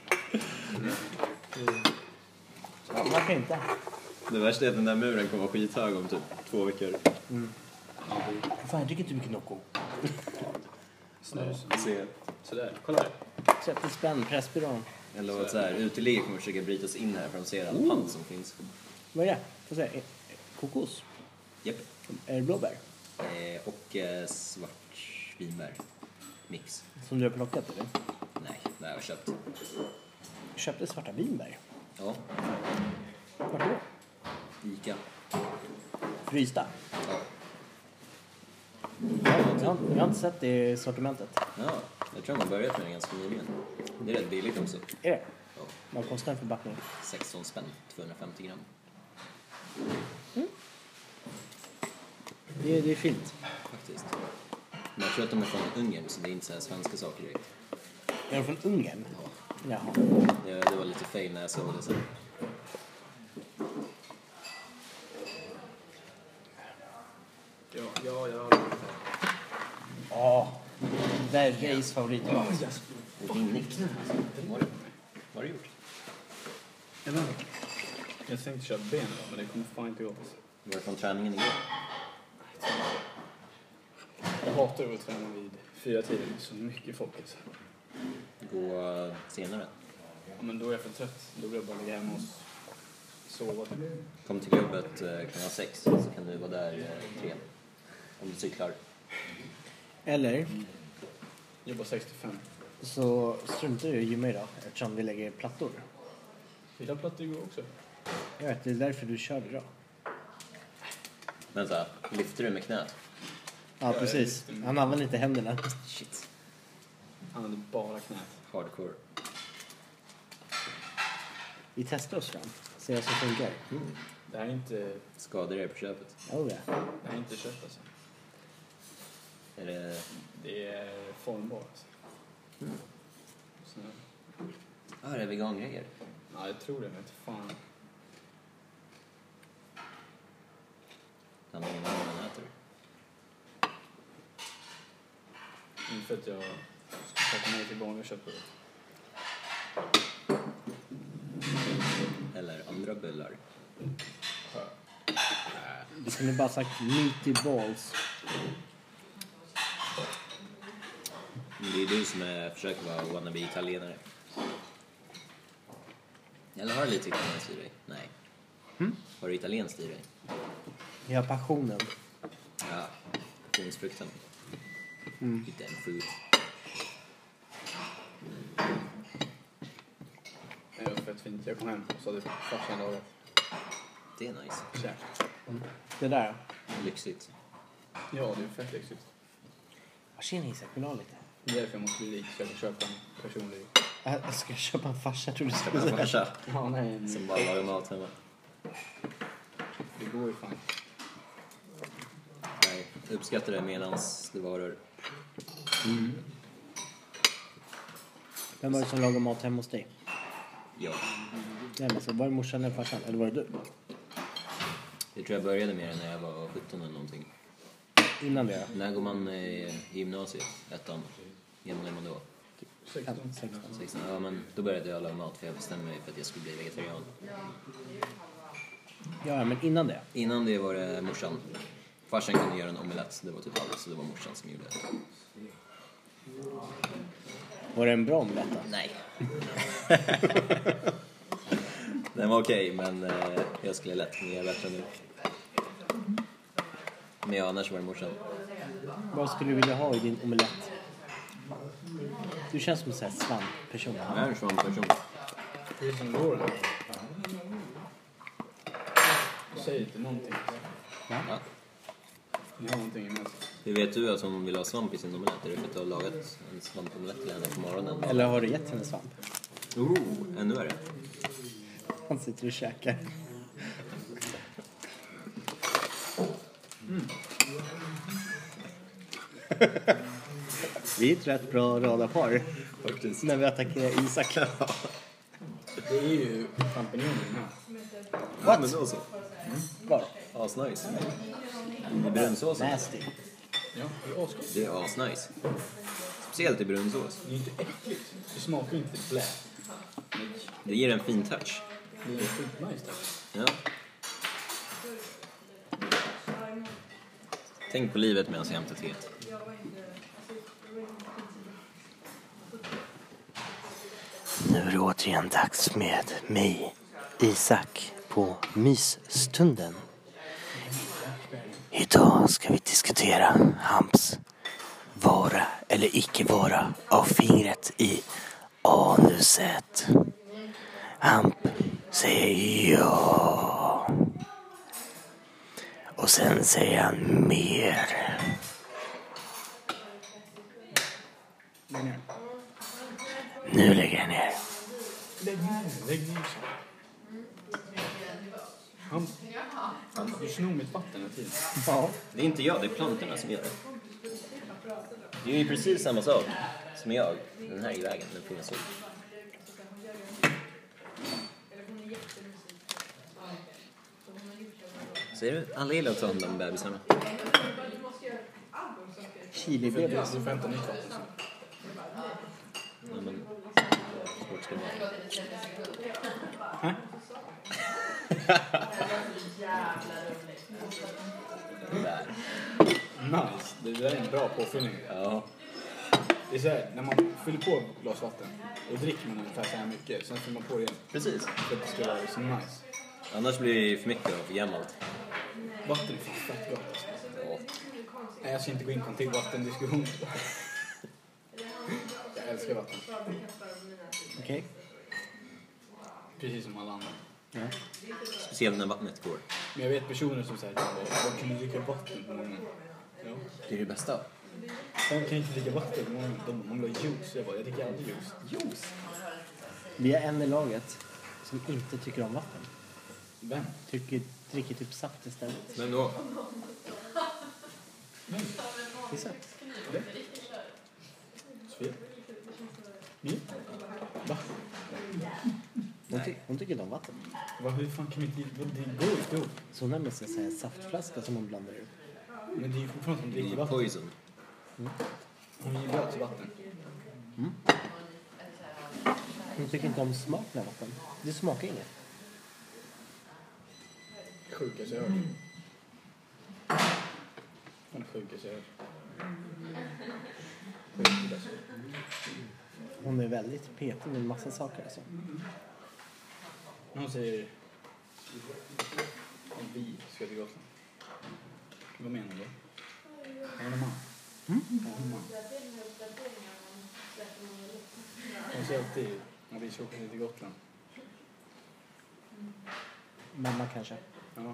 Ja, man kan inte. Det värsta är att den där muren kommer vara skithög om typ två veckor. Fan, jag dricker inte mycket Nocco. Snus. Se. Sådär, kolla här. trettio spänn, Pressbyrån. Eller att så här, uteliggare kommer försöka bryta sig in här för de ser all pant som finns. Vad är det? Får se. Eh, Kokos? Japp. Är det blåbär? Eh, och eh, svart vinbär. Mix. Som du har plockat eller? Nej, det har jag köpt. Jag köpte svarta vinbär. Ja, Vart då? Ica. Frysta? Ja. Jag har, jag, har, jag har inte sett det i sortimentet. Ja, jag tror man börjat med den ganska nyligen. Det är rätt billigt också. Är det? Ja, Vad kostar en förpackning? sexton spänn, tvåhundrafemtio gram. Det, det är fint. Faktiskt. Men jag tror att de är från Ungern så det är inte så här svenska saker direkt. Är de från Ungern? Ja. Jaha. Det, det var lite fail när jag såg det sen. Ja, ja, ja. Ja. Det är Reis favoritmat. Det är din nick. Vad har du gjort? Jag tänkte köra ben då, men det kommer fan inte gå. Var det från träningen igår? Jag hatar att träna vid fyra tider med så mycket folk. Alltså. Gå uh, senare. Ja, men då är jag för trött. Då vill jag bara ligga hemma och sova. Kom till jobbet uh, klockan sex så kan du vara där uh, tre. Om du cyklar. Eller Jobbar sextiofem. så struntar du i gymma idag eftersom vi lägger plattor. Vi la plattor igår också. Jag vet, det är därför du kör idag. Men så här, lyfter du med knät? Ja, precis. Han använder inte händerna. Shit. Han hade bara knät. Hardcore. Vi testar oss fram. Se vad som funkar. Mm. Det här är inte, Skadar er på köpet? Oh, ja. det här är inte kött alltså. Är det... Det är formbart. Alltså. Mm. Så, Ah, det är vegangrejer. ja, jag tror det, men inte fan. Han har ingen aning vad han äter. Inte för att jag ska tacka nej till vanliga köttbullar. Eller andra bullar. Du kunde bara sagt meaty balls. Men det är du som är, försöker vara wannabe italienare. Eller har du lite italienskt i dig? Nej. Mm? Har du italienskt i dig? Jag har passionen. Ja. Passionsfrukten. Mm. Eat them food. Det var fett fint. Jag kom hem och så hade farsan lagat Det är nice. käk. Det där. Lyxigt. Ja, det är fett lyxigt. Tjena Isak, vill du ha lite? Det är därför jag måste bli rik så jag kan köpa en personlig. Jag ska köpa en farsa, tror du Ska skulle man säga. farsa Ja, nej. som bara lagar mat hemma? Det går ju fan. Nej, uppskattar det medans det varar. Vem var det som lagade mat hemma hos dig? Ja. Nej, men så var det morsan eller farsan? Eller var det du? Det tror jag började med när jag var sjutton eller någonting. Innan det då? När går man i gymnasiet? Ettan? Gammal är man då? sexton. sexton. sexton. Ja, men då började jag laga mat för jag bestämde mig för att jag skulle bli vegetarian. Ja, men innan det? Innan det var det morsan. Farsan kunde göra en omelett, det var typ allt, så det var morsan som gjorde det. Var det en bra omelett då? Nej. Den var okej, men eh, jag skulle lätt kunna göra bättre nu. Men ja, annars var det morsan. Vad skulle du vilja ha i din omelett? Du känns som en sån här svampperson. Jag är en sån person. Det är som Lauren. Säg inte någonting. Va? Ja. Ni har någonting gemensamt. Hur vet du att hon vill ha svamp i sin omelett? Är det för att du har lagat en svampomelett till henne på morgonen? Eller har du gett henne svamp? Oh, ännu värre. Han sitter och käkar. Mm. Vi är ett rätt bra radarpar faktiskt. När vi attackerar Isak. Det är ju champinjoner här. Ja, men då så. Var? Asnice. I brunsåsen. Nasty. Ja, det är asgott. Det är asnice. Speciellt i brunsås. Det är inte äckligt. Det smakar inte blä. Det ger en fin touch. Det är skitnice där. Ja. Tänk på livet medan jag hämtar teet. Nu är det återigen dags med mig, Isak, på mysstunden. Idag ska vi diskutera Hamps vara eller icke vara av fingret i anuset. Hamp säger ja. Och sen säger han mer. Lägg ner. Nu lägger jag ner. Lägg ner. Lägg ner. Han, han, du snor mitt vatten hela tiden. Ja. Det är inte jag, det är plantorna som gör det. Det är ju precis samma sak som jag. Den här i vägen, den finns ut. Ser du? Alla gillar att ta hand om bebisarna. Chili-bebis. Du får hämta nytt vatten sen. Ja, men... Svårt ska det vara. Hä? Där. Nice. Det där är en bra påfyllning. Ja. Det är så här, när man fyller på ett glas vatten, då dricker man ungefär så här mycket. Sen fyller man på det igen. Precis. För att det ska vara så nice. Annars blir det för mycket och för gammalt. Vatten är fett gott alltså. Ja. Nej, jag ska inte gå in på en till vattendiskussion. Jag älskar vatten. Okej. Okay. Precis som alla andra. Ja. Speciellt när vattnet går. Men jag vet personer som säger att de kan ju dricka vatten på morgonen. Ja. Det är det bästa. De kan inte dricka vatten på morgonen. De, de vill ha juice. Jag bara, jag dricker aldrig juice. Juice? Vi är en i laget som inte tycker om vatten. Vem? Tycker, dricker typ saft istället. Men då? Vem? Isak. Det? Sofia? Ni? Va? Hon, ty- hon tycker inte om vatten. Va, hur fan kan vi inte... Det går inte ihop. Så hon har med sig en sån här saftflaska som hon blandar ut. Men det är ju fortfarande som Det dricker är vatten. poison. Hon ger blöt till vatten. Hon tycker inte om smaken av vatten. Det smakar inget. Sjukaste jag hört. Fan, det sjukaste jag hört. Sjukt alltså. Hon är väldigt petig med en massa saker alltså. Hon säger... Om vi ska till Gotland. Vad menar du? Har hon man? Mm? Har hon man? Hon säger alltid när vi ska åka till Gotland. Mamma kanske. Ja.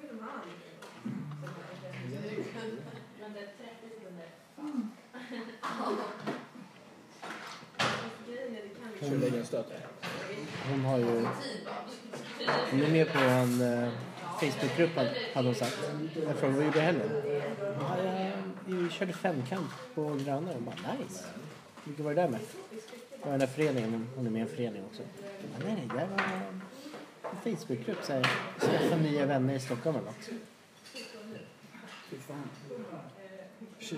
Ska du lägga en stöt här? Hon har ju... Hon är med på en uh, Facebookgrupp hade hon sagt. Jag frågade vad gjorde jag helgen? Ja, jag, jag körde femkamp på Gröna. Och bara, nice. Vilka var det där med? Det var den där föreningen. Hon är med i en förening också. Ja, nej, nej, det var en Facebookgrupp. Så här, skaffa nya vänner i Stockholm eller något. Fy fan. Shit.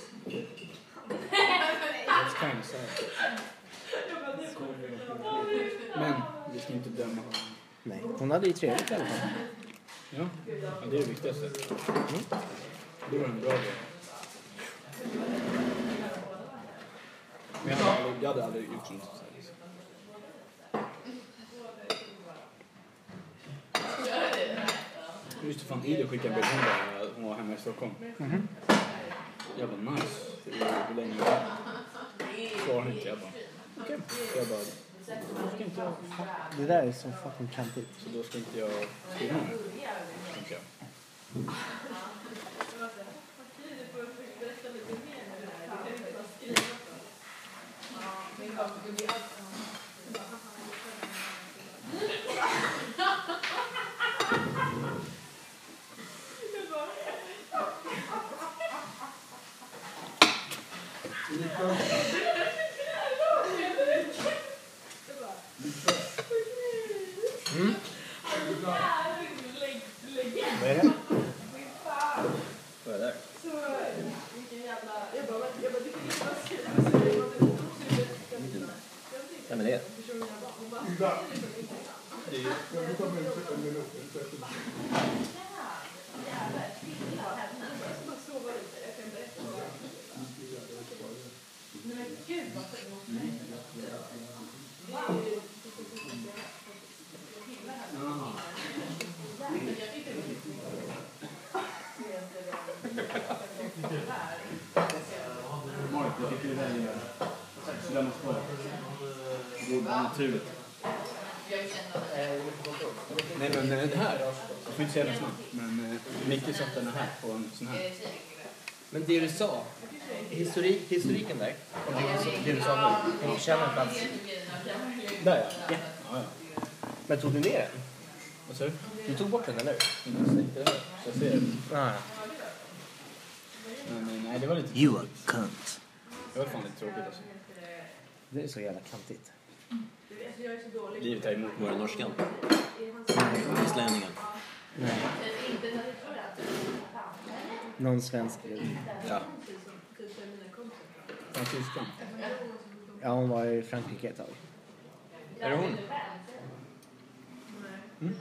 That's kind of sad. Men vi ska inte döma honom. Nej, hon hade ju trevligt i alla fall. Ja, ja det är det viktigaste. Mm. Det var en bra grej. Men jag hade aldrig, jag hade aldrig gjort sånt. Så här, liksom. Just det, fan, Ida skickade en bild hon, hon var hemma i Stockholm. Mm-hmm. Jag bara, nice. Hur länge var det? svarade inte. Jag bara, okej. Okay. Jag bara, då ska inte jag... Det där är så fucking kantigt. Så då ska inte jag skriva med. Tänker jag. Mm. Vad är det? Vad är det där? Ja, men det är. Mark, jag tycker det där är... Så där måste vara. Det går bara naturligt. Nej, men den här. Jag får inte säga den snabbt. Men Micke satt den här på en sån här. Men det du sa, historik, historiken där, och det, det du sa nu, den förtjänar en plats. Där ja. Ja. Ja, ja. Men tog du ner den? Vad sa du? Du tog bort den, eller? Så jag ser det. Ah. Men nej, det var lite You are cunt. Det var fan lite tråkigt alltså. Det är så jävla kantigt. Livet är emot. Var det norskan? Islänningen? Nej. Någon svensk. Ja. Fransyskan. Ja, hon var i Frankrike ett tag. Är det hon? Mm.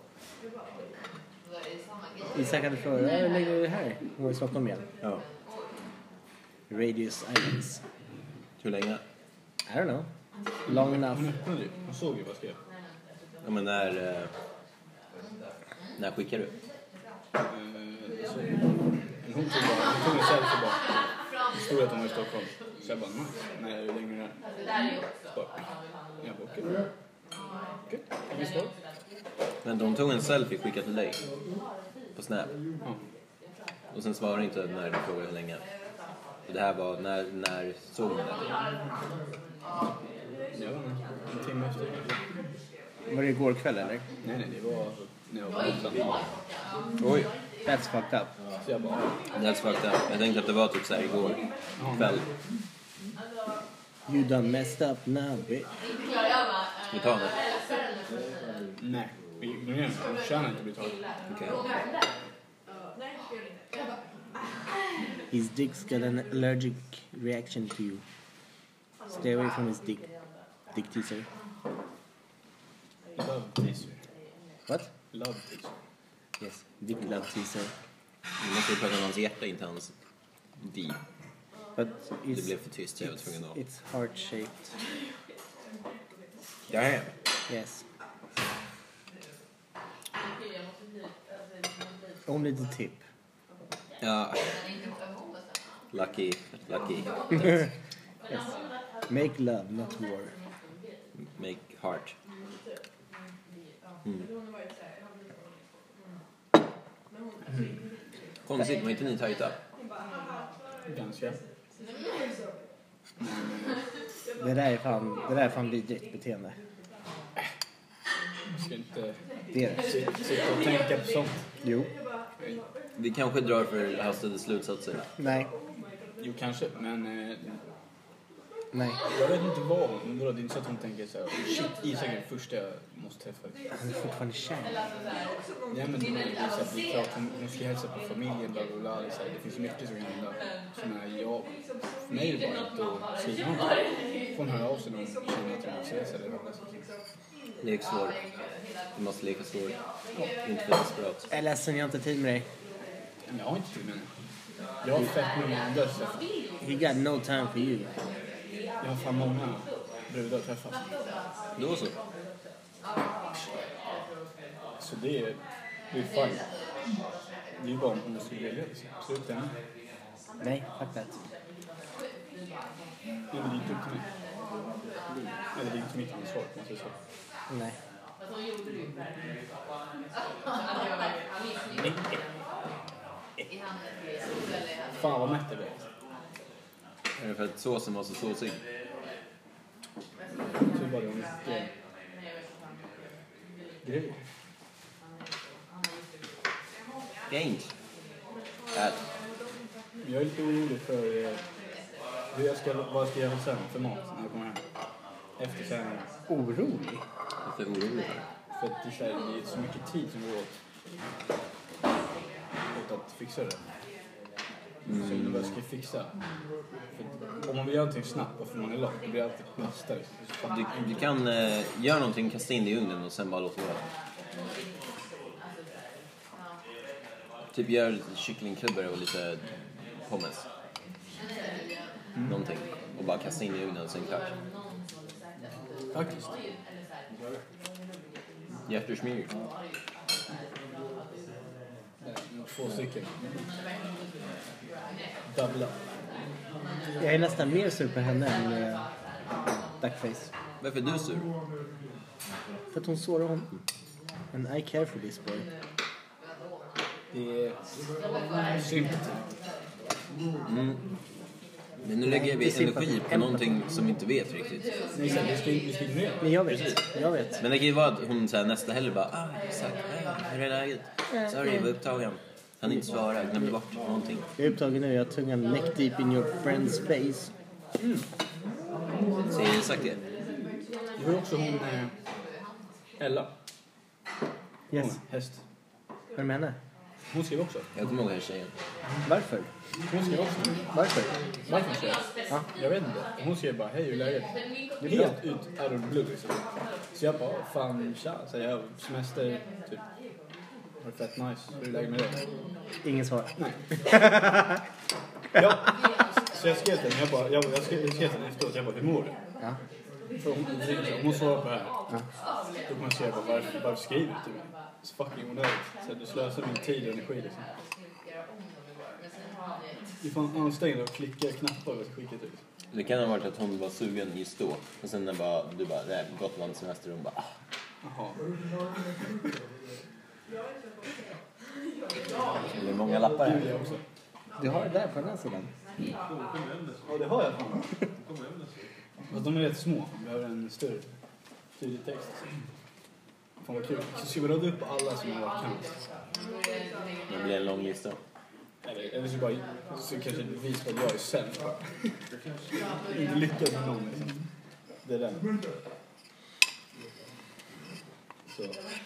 Isak hade frågat, jag lägger det här. Hon var i Stockholm igen. Ja. Radius Islands. Hur länge? I don't know. Long enough. Hon öppnade ju. Hon såg ju vad jag skrev. Ja, men när... Eh, när skickar du? Uh, så, hon tog bara, hon tog en selfie bara. Det stod att hon var i Stockholm. Så jag bara, nej, nej, hur länge är det? Så bara, jag bara, okej. Okay. Okej, okay. Visst då? Men de tog en selfie skickat till dig. På Snap. Ja. Och sen svarade inte när du frågade hur länge. Och det här var, när, när såg hon det? Ja, en timme efter. Var det igår kväll eller? Nej, nej, det var när jag var på Gotland. Oj. That's fucked up. Så jag bara, That's fucked up. Jag tänkte att det var typ så här igår kväll. You done messed up now, bitch. Vi tar det. nej. Vi ignorerar det. Hon tjänar inte bli tagen. Okej. His dick's got an allergic reaction to you. Stay away from his dick. Dick teaser. Love teaser. What? Love teaser. Yes, dick love teaser. Nu måste vi prata om hans hjärta, inte hans D. But Det it's, blev för tyst, jag var tvungen att... it's heart-shaped. Damn. Yes. Only the tip. Ja. Lucky, lucky. Yes. Make love, not war. Make heart. Mm. Konstigt, var inte ni tajta? Ganska. Det där är fan, det där är fan vidrigt beteende. Jag ska inte Det är det. sitta och tänka på sånt. Jo. Vi kanske drar för hastade slutsatser. Nej. Jo, kanske, men... Eh, Nej. jag vet inte vad hon... Det är inte så att hon tänker så här, shit, Isak är det första jag måste träffa. Han är fortfarande kär. Ja, men det är så att det är klart, hon, hon ska hälsa på familjen, bla bla bla. Det, så här, det finns mycket som kan hända. Som är jag... För mig är det bara inte att skriva någonting. Hon hör av sig när hon känner att hon vill ses eller något. Lek svår. Du måste leka svår. Inte för desperat. Jag är ledsen, jag har inte tid med dig. Men jag har inte tid med henne. Jag har fett många andra att träffa. He got no time for you. Jag har fan många brudar att träffa. Då så. Så det är, det är fine. Det är ju bara om hon skulle välja. Liksom. Sluta henne. Nej, fuck that. Nej, men det gick upp till mig. Eller det gick till mitt ansvar, kan man säga så. Nej. Fan vad mätt det blev. Är det för att såsen var så såsig? Så var det mycket grejer. Fint. Ät. Jag är lite orolig för eh, hur jag ska, vad jag ska göra sen för mat när jag kommer hem. Efter träningen. Orolig? Varför orolig? För att det är så mycket tid som går åt, åt att fixa det. Mm. Så jag vad jag ska fixa. För om man vill göra någonting snabbt och för man är lat, det blir alltid pasta. Du, du kan eh, göra någonting, kasta in det i ugnen och sen bara låta det vara. Typ göra lite kycklingklubbor och lite pommes. Mm. Någonting. Och bara kasta in i ugnen och sen klart. Faktiskt. Hjärtersmyr. Två stycken. Dubbla. Jag är nästan mer sur på henne än äh, Duckface. Varför är du sur? För att hon sårar honom. And I care for this boy. Det är sympatiskt. Mm. Men nu lägger vi energi på någonting som vi inte vet riktigt. Nej, så vi ska vi ska ignorera. Men jag vet, jag vet. Men det kan ju vara att hon så här, nästa helg bara ah, exakt, ah, hur är läget? Sorry, jag var upptagen. Han inte svara, glömde bort någonting. Jag är upptagen nu, jag har tungan neck deep in your friend's face. Mm. Säger Isak det? Det var också hon eh, Ella. Yes. Hon, häst. Vad menar du? Hon skrev också. Jag kommer ihåg här tjejen. Varför? Hon skrev också. Varför? Varför skrev ja. Jag vet inte. Hon skrev bara, hej, hur är läget? Det är helt ut, out of blue liksom. Så jag bara, fan, tja. Så jag semester, typ. Var det fett nice? Hur är det läget med det? Ingen svar. Nej. Ja. Så jag skrev till henne, jag bara, jag, jag skrev, jag skrev till henne efteråt, jag bara, hur mår du? Ja. För hon, hon, hon svarar på det här. Ja. Då kan man säga, bara, varför, varför skriver du till mig? Så fucking onödigt. Så du slösar min tid och energi liksom. Det är fan ansträngande att klicka knappar och skicka ut. Det kan ha varit att hon var sugen just då. Och sen när bara, du bara, det är Gotlandssemester och hon bara, ah. Jaha. Det är många lappar här. Det också. Du har det där på den här sidan. Ja, det har jag fan. Fast de är rätt små. Vi behöver en större tydlig text. Fan vad kul. Så ska vi rada upp alla som har varit kant. Det blir en lång lista. Eller, eller så bara så kanske det visar att jag är sämst. Inte lyckad med någon liksom. Det är den. Så.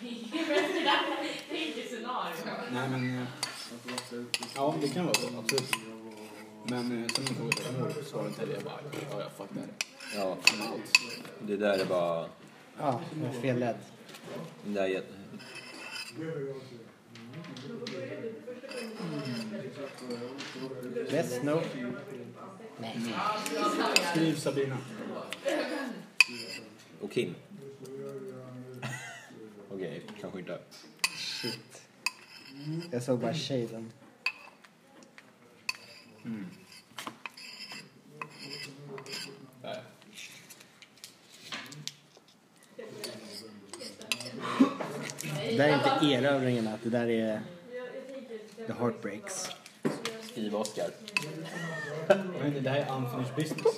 Nej men... Ja, det kan vara så. Absolut. Men sen får vi ta emot svaret till det. Jag bara, ja, ja, fuck det. Ja, det där är bara... Ja, det var fel lätt. Det där är jätte... Yes, no. Nej. Skriv Sabina. Och Kim. Okej, okay, kanske inte. Shit. Jag såg bara shaden. Mm. Där. Det där är inte erövringarna, det där är the heartbreaks. Skriv Oscar. Men det här är unfinished business.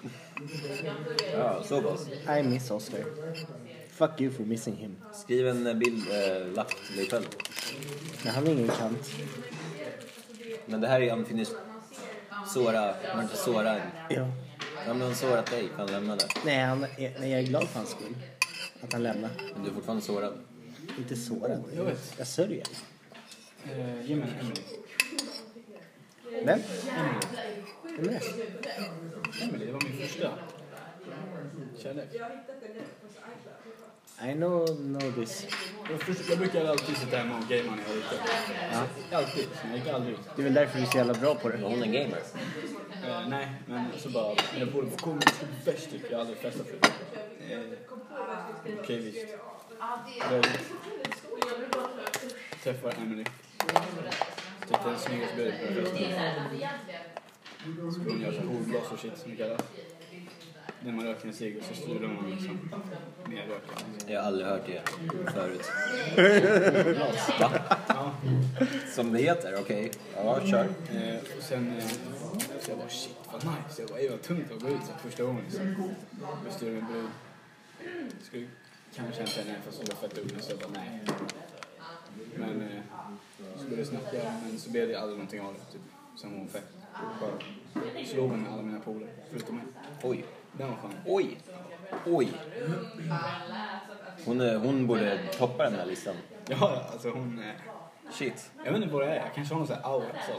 Ja, så pass. I miss Oscar. Fuck you for missing him. Skriv en bild, äh, lapp till dig själv. Men han är ingen kant. Men det här är unfinished. Såra, har inte såra än. Ja. Ja, men han sårat dig, för han lämnade. Nej, han är, nej, jag är glad för hans skull. Att han lämnar. Men du är fortfarande sårad. Inte sårad. Jag vet. Jag sörjer. Eh, ge mig en Emily. Vem? Vem är det? Emily, det var min första kärlek. I know, know this. Jag, först, jag brukar alltid sitta hemma och gamea när jag är ute. Ja. Alltid, jag gick aldrig ut. Det är väl därför du är så jävla bra på det. Var hon en gamer? Eh, nej, men så bara, jag borde få komma till fest typ. Jag har aldrig festat förut. Eh, Okej, okay, visst. Jag träffar Emily. Tyckte den snyggaste började på festen. Så hon gör så horglas och shit som vi kallar. när man röker en cigg och så styr man liksom ner röken. Jag har aldrig hört det förut. Va? Ja. Som det heter, okej. Okay. Ja, kör. Eh, och sen eh, så jag bara shit vad nice. Jag bara, det var tungt att gå ut så första gången. Så jag styrde en brud. Skulle kanske inte känna fast jag var fett ung så jag bara nej. Men eh, så började jag snacka men så blev det aldrig någonting av det typ. Sen var hon fett. Bara slog hon med alla mina polare förutom mig. Oj. Den var skön. Oj. Oj. Hon, hon borde toppa den här listan. Ja, alltså hon... Eh, Shit. jag vet inte vad det är. Jag kanske har någon sån här aura. Så.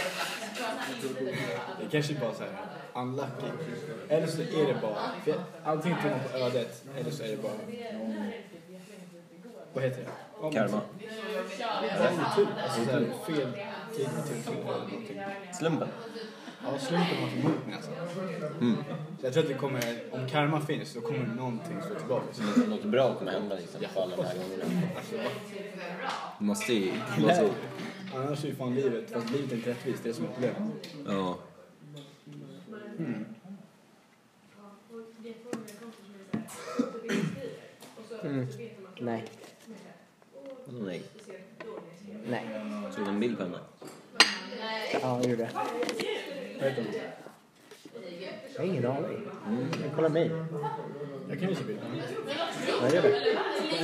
Det kanske bara så här unlucky. Eller så är det bara... För jag, antingen tror man på ödet. Eller så är det bara... Vad heter det? Karma. Det är tur. Alltså så här, fel tid till tur eller någonting. Slumpen. Ja, slumpen har inte emot mig alltså. Mm. Så jag tror att det kommer... Om karma finns, då kommer någonting slå tillbaka. Så något bra kommer hända liksom. Jag På alla de här hoppas. gångerna. Alltså, Du måste ju... det Måste... här, annars är ju fan livet... Fast livet är inte rättvist. Det är som ett problem. Ja. Mm. Mm. Nej. Nej. Nej. Såg du en bild på henne? Ja, jag gjorde det. Vad heter hon? Jag har ingen aning. Mm. Kolla mig. Jag kan visa bilden. Vad gör det?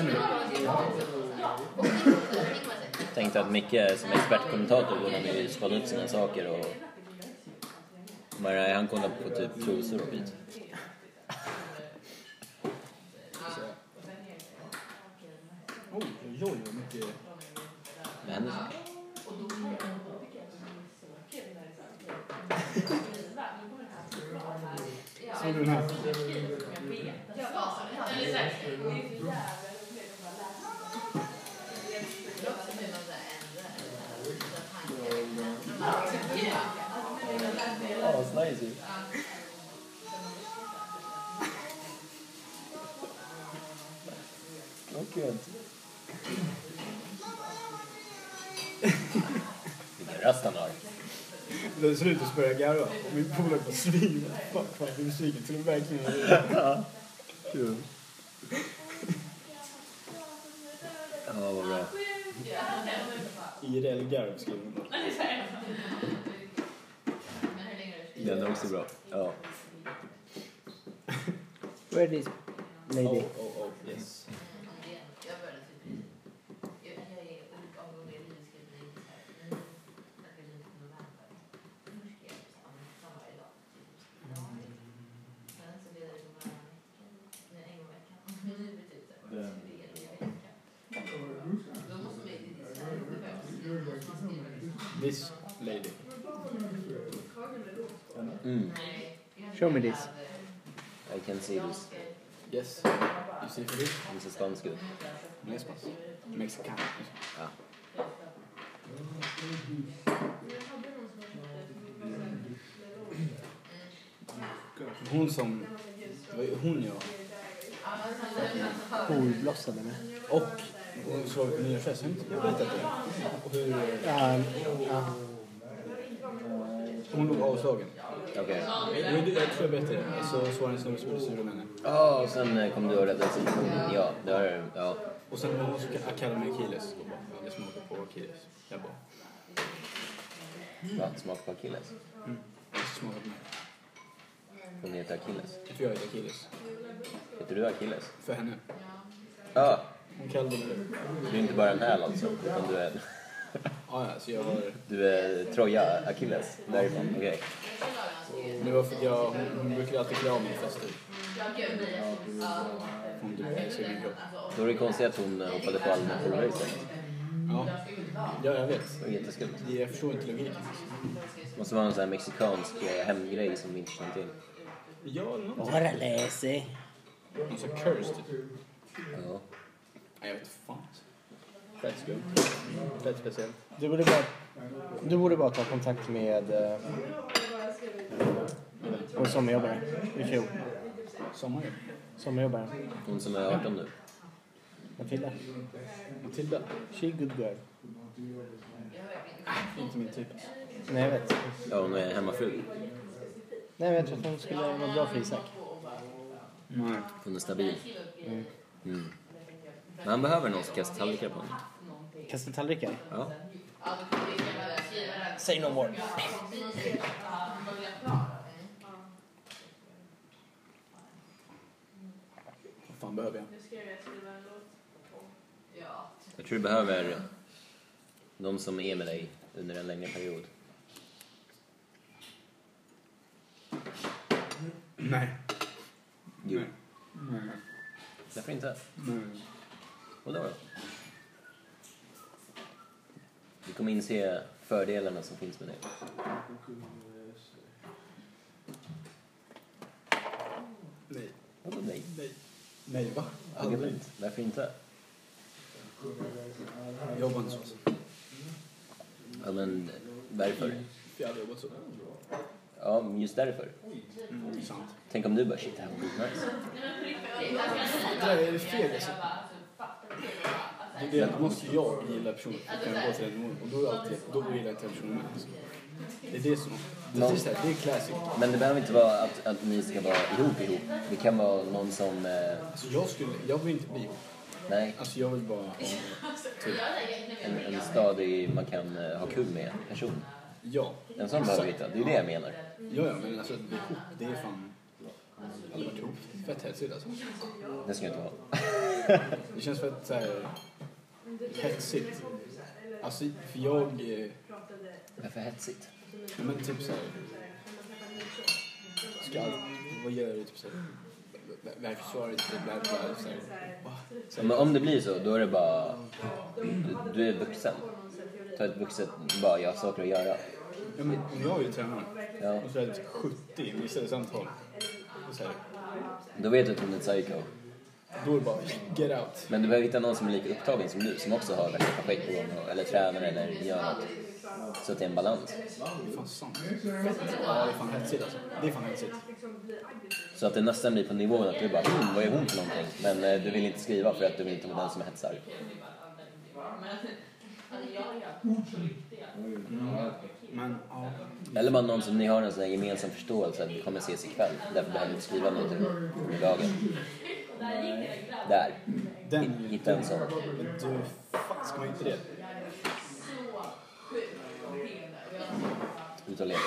Tänkte att Micke som expertkommentator går han ju skala upp sina saker och... Bara han kollar på typ trosor och skit. Oj, oj, oj, vad mycket... Vad händer så? Såg du den här? Ja, vad nice ju. Okej. Vilken röst han har. Det ser ut att börja garva. Min polare på svin. Fuck, vad är musiken till och verkligen. Ja. Kul. Ja, vad bra. I R L-garv skriver hon. Den är också bra. Ja. Where is lady? Oh, oh, oh, yes. This lady. Mm. Show me this. I can see this. Yes. You see for this? This is sounds good. Yes, boss. Mexican. Ja. Hon som... Det var ju hon jag... Polblossade med. Och hon slog på nyårsfest. Jag vet inte. Och hur... Ja, ja. Hon låg avslagen. Okej. Jag, jag tror jag vet det. Så, så var det en snubbe som ville sura med henne. Ja, och sen eh, kom du och räddade situationen. Ja, det har du. Ja. Och sen hon så kallade mig Achilles. Och bara, ja, det smakar på Achilles. Jag bara, Va? Smak på Achilles? mm, det smakar på mig. Hon heter Achilles. För jag heter Achilles. Heter du Achilles? För henne. Ja, Hon kallade mig det. du är inte bara en häl alltså. Utan du är, Ja, ja, så jag var... du är Troja Achilles. Därifrån, okej. Det var för att jag... Hon, hon brukade alltid klä av mig i fester. Hon typ älskar min kropp. Då är det konstigt att hon hoppade på allmänna polare istället. Ja. Ja, jag vet. Det var jätteskumt. Jag förstår inte logiken. Det måste vara en sån här mexikansk eh, hemgrej som vi inte känner till. Ja, någonting. Bara läse. Någon sån curse typ. Ja. Nej, jag vet fan. Fett skumt. Fett speciellt. Du borde bara, du borde bara ta kontakt med eh, hon sommarjobbare i fjol. Sommarjobb. Sommarjobbare. Hon som är arton nu. Matilda. Matilda. She good girl. Inte min typ. Nej, jag vet. Ja, hon är hemmafru. Nej, men jag tror att hon skulle vara bra för Isak. Nej. Hon är stabil. Mm. Mm. Men han behöver någon som kastar tallrikar på honom. Kasta tallrikar? Ja. Say no more. Vad fan behöver jag? Jag tror du behöver de som är med dig under en längre period. Nej. Jo. Nej. Varför inte? Nej. Och då då? Du kommer inse fördelarna som finns med det. Nej. Vadå nej? Nej. Nej, va? Argument. Varför inte? Jag jobbar inte så. Ja, men varför? För jag hade jobbat så. Ja, men just därför. Mm, det är sant. Tänk om du bara, shit, det här var skitnice. Det där är fel alltså. Det är det att måste jag gilla personen för att kunna gå till den nivån. Och då, är alltid, då gillar inte den personen med. Alltså. Det är det som... Det är, så här, det är classic. Men det behöver inte vara att, att ni ska vara ihop ihop. Det kan vara någon som... Eh, Alltså jag skulle... Jag vill inte bli ihop. nej, Alltså jag vill bara ha typ... en, en stadig man kan eh, ha kul med person. Ja. En sån behöver vi hitta. Det är ju det jag menar. Ja, ja, men alltså det är ihop. Det är fan... Jag hade varit ihop. Fett hetsigt alltså. Det ska jag inte ha. Det känns fett såhär... Hetsigt. Alltså, för jag... eh, Varför hetsigt? Ja, men typ såhär... Ska allt... Vad gör du? Typ såhär... Varför svarar du inte? Bla, bla, såhär. Va? Ja, men om det blir så, då är det bara... Du, du är vuxen. Ta ett vuxet, bara jag har saker att göra. Ja, men om jag är ju tränare. Ja. Och så är det typ sjuttio missade samtal. Och så här, Då vet du att hon är ett psycho. då är det bara get out. Men du behöver hitta någon som är lika upptagen som du, som också har värsta projekt på gång, eller tränar eller gör något. Så att det är en balans. Det är fan sant. Fett. Ja, det är fan hetsigt alltså. Det är fan hetsigt. Så att det nästan blir på nivån att du bara, mm, vad är hon för någonting? Men eh, du vill inte skriva för att du vill inte vara den som hetsar. Mm. Men, ja. Eller bara någon som ni har en sån här gemensam förståelse att vi kommer ses ikväll. Därför behöver du inte skriva något under dagen. Där. Den Hitta en sån. Men du, fan ska man inte det? Ut och leta.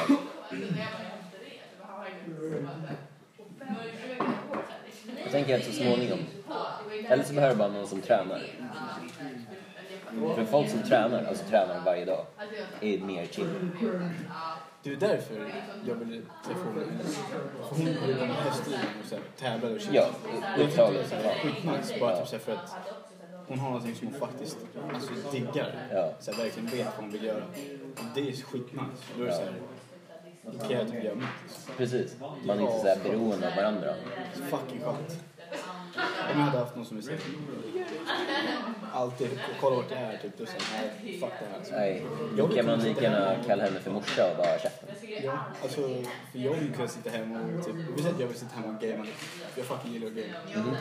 Jag tänker att så småningom. Eller så behöver bara någon som tränar. För folk som tränar, alltså tränar varje dag, är mer chill. Det är därför jag vill träffa henne. För hon håller på med hästtiden och så här, tävlar och shit. Ja, Jag tycker upptaget. det är skitnice. Bara typ så här för att hon har någonting som hon faktiskt alltså, diggar. Ja. Så här, verkligen vet vad hon vill göra. Och det är skitnice. Då är det så här, det kan jag typ göra mitt. Precis. Man är inte så här beroende av varandra. Fucking skönt. Om jag hade haft någon som vill säga alltid kolla vart jag är typ och säga nej, fuck det här. Alltså. Nej, då kan man lika gärna kalla henne för morsa och bara käften. Ja, alltså för jag vill kunna sitta hemma och typ, jag vill säga att jag vill sitta hemma och gamea. Jag fucking gillar att gamea. Mm.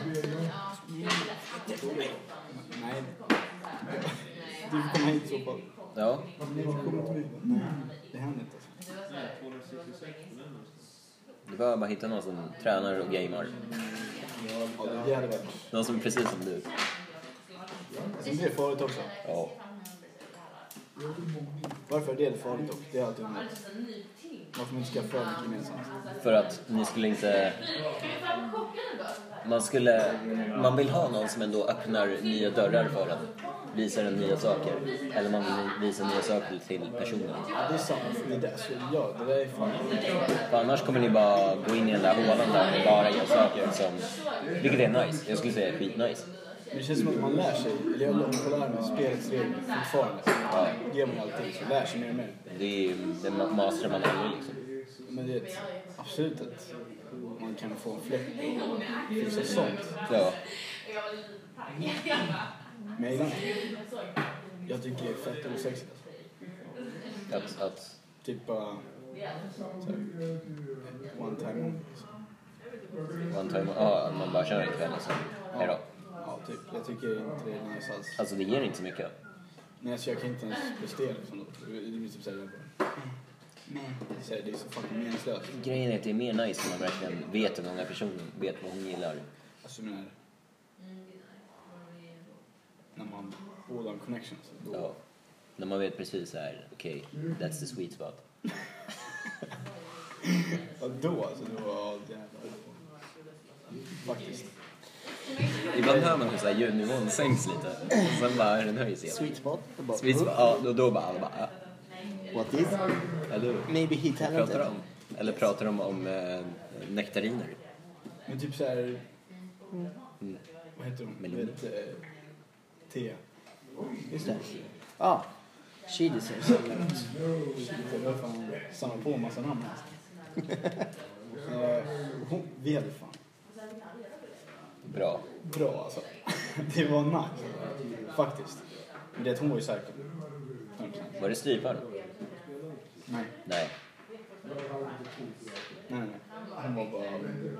Nej. Du får komma hit så fall. Ja. Nej, kommer inte med. Nej, det händer inte. Du behöver bara hitta någon som tränar och gamar. Ja, det hade varit. Någon som är precis som du. Sen det är farligt också. Ja. Varför är det farligt också? Det är alltid undrat. Varför man inte ska ha för mycket gemensamt. För att ni skulle inte... Man skulle... Man vill ha någon som ändå öppnar nya dörrar för att visa den nya saker. Eller man vill visa nya saker till personen. Ja, det är sant. Det är det. Så, ja, det där är fan. För annars kommer ni bara gå in i den där hålan där och bara göra saker som... Vilket är nice. Jag skulle säga skitnice. Det känns som att man lär sig. Eller jag håller på att lära mig spelets regler fortfarande. Ja. Ger man allting så lär sig mer och mer. Det är ju... Det masterar man aldrig liksom. Men det är ett, absolut att man kan få en fläck och fixa sånt. Ja. Men jag gillar inte. Jag tycker det är fett osexigt. Att... att Typ bara... Så här, one time on. one time... Ja, man bara kör en kväll och sen... Hej då. Ja, typ. Jag tycker inte det är nice alls. Alltså det ger inte så mycket. Nej, alltså jag kan inte ens prestera liksom. Det blir typ såhär... Nej, det är så fucking meningslöst. Grejen är att det är mer nice när man verkligen vet hur många personer vet vad hon gillar. Alltså menar när man båda har connections. Då. Ja. När man vet precis så här, okej, okay, that's the sweet spot. Ja, då alltså, då var det faktiskt. Ibland hör man hur så här ljudnivån sänks lite. Sen bara den höjs igen. Sweet spot. Bara, Sweet spot, ja, då, då bara alla bara... What is? Eller Maybe he talented. pratar om, eller pratar de om eh, nektariner? Men typ så här... Mm. Vad heter de? Meloner. Vet, eh, te. Just det. Ja. Ah. Chili sägs. Det var fan samma på en massa namn här. eh, hon, vi hade fan. Bra. Bra alltså. Det var nice. Faktiskt. Men det är att hon var ju säker. Var det strypar? Nej. Nej. Nej, nej. Hon var bara...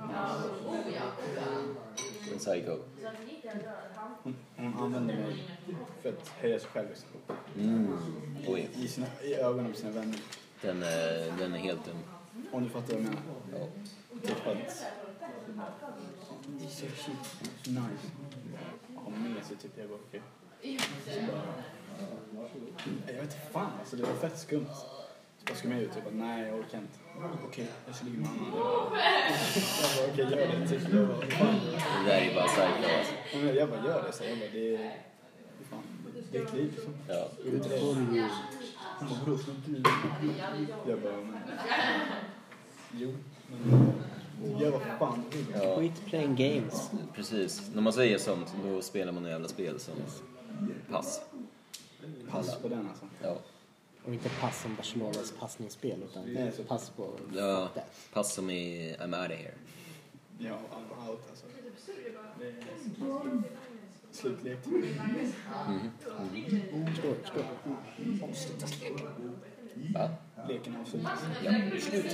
En psycho. Hon, hon använde mig för att höja sig själv. Liksom. Mm. Oj. I, sina, I ögonen på sina vänner. Den, eh, den är helt dum. Om du fattar vad jag menar. Ja. Typ att... Det är så shit. Nice. Ha med sig typ. Jag bara okej. Okay. Jag vet inte fan alltså. Det var fett skumt. Så jag ska med ut typ att nej jag orkar inte. Okej, okay, jag ska ligga med annan. Jag bara okej, okay, gör det. Typ. Jag bara fan. Det där är bara psycho alltså. Men jag bara gör det. Så jag bara det är... Fan, det är ett liv liksom. Ja. Hon bara bror, ska du... Jag bara men... Jo, men... Jag var fan. Ja. Quit playing games. Precis. När man säger sånt, då spelar man en jävla spel som pass. Pass på den alltså. Ja. Och inte pass som Barcelonas passningsspel utan Nej, så- pass på Ja, that. pass som i I'm out of here. Ja, I'm out alltså. Det är slutlek. Mm. Förstår, förstår. Avslutas leken. Va? Leken avslutas. Ja, slut.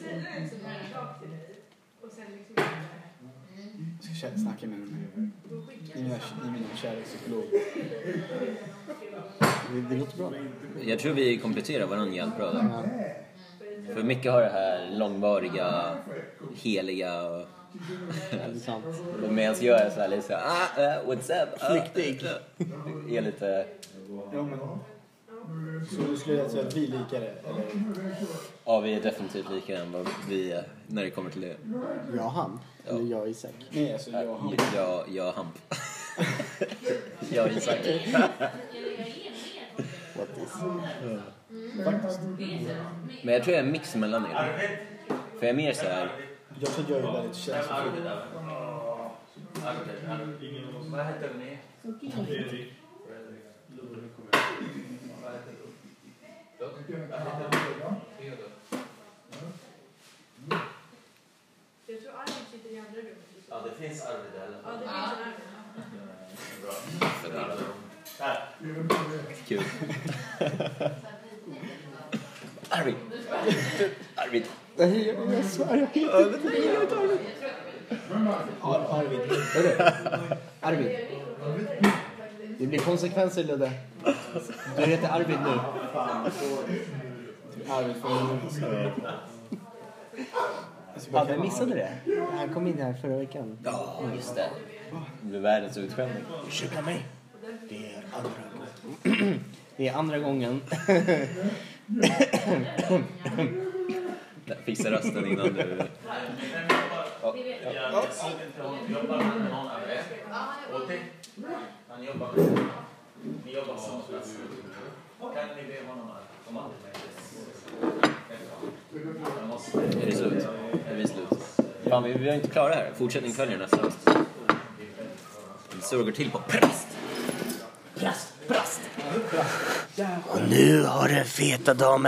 Jag ska kä- snacka med henne. I mina, i mina kära psykolog. Det, det låter bra. Jag tror vi kompletterar varandra jävligt bra där. Ja. För mycket har det här långvariga, heliga och, Det är sant. och medan jag är så här lite så här, ah, uh, what's up? Ah, Flyktig. uh, är lite, Ja, men... Så du skulle säga att vi likar det, eller? ja vi är definitivt lika än vad vi är när det kommer till det. Jag och han. Ja. Eller jag och Isak. Nej, alltså jag och han. Jag, jag Hamp. Jag Isak. What is? Faktiskt. Men jag tror jag är en mix mellan er. För jag är mer så här. Jag tror att jag är väldigt känslofull. Vad heter ni? Jag tror Arvid sitter i andra rummet. Ja, det finns Arvid eller? Ja, det finns en Arvid. Kul. Arvid. Arvid. Nej, jag, jag svär, jag heter inte Arvid. Ar- Arvid. Arvid. Det blir konsekvenser, Ludde. Du heter Arvid nu. Arvid för Ja, jag missade det. Han kom in här förra veckan. Ja, just det. Det blir världens utskällning. Ursäkta mig. Det är andra gången. Det är andra gången. Fixa rösten innan du... Ja, ja. Han jobbar med ni jobbar med honom. Kan ni be honom att komma till mig? Är det slut? Är vi slut? Fan, vi, vi är inte klara här. Fortsättning följer nästa höst. Så det går till på prast. Prast, prast. Och nu har den feta damen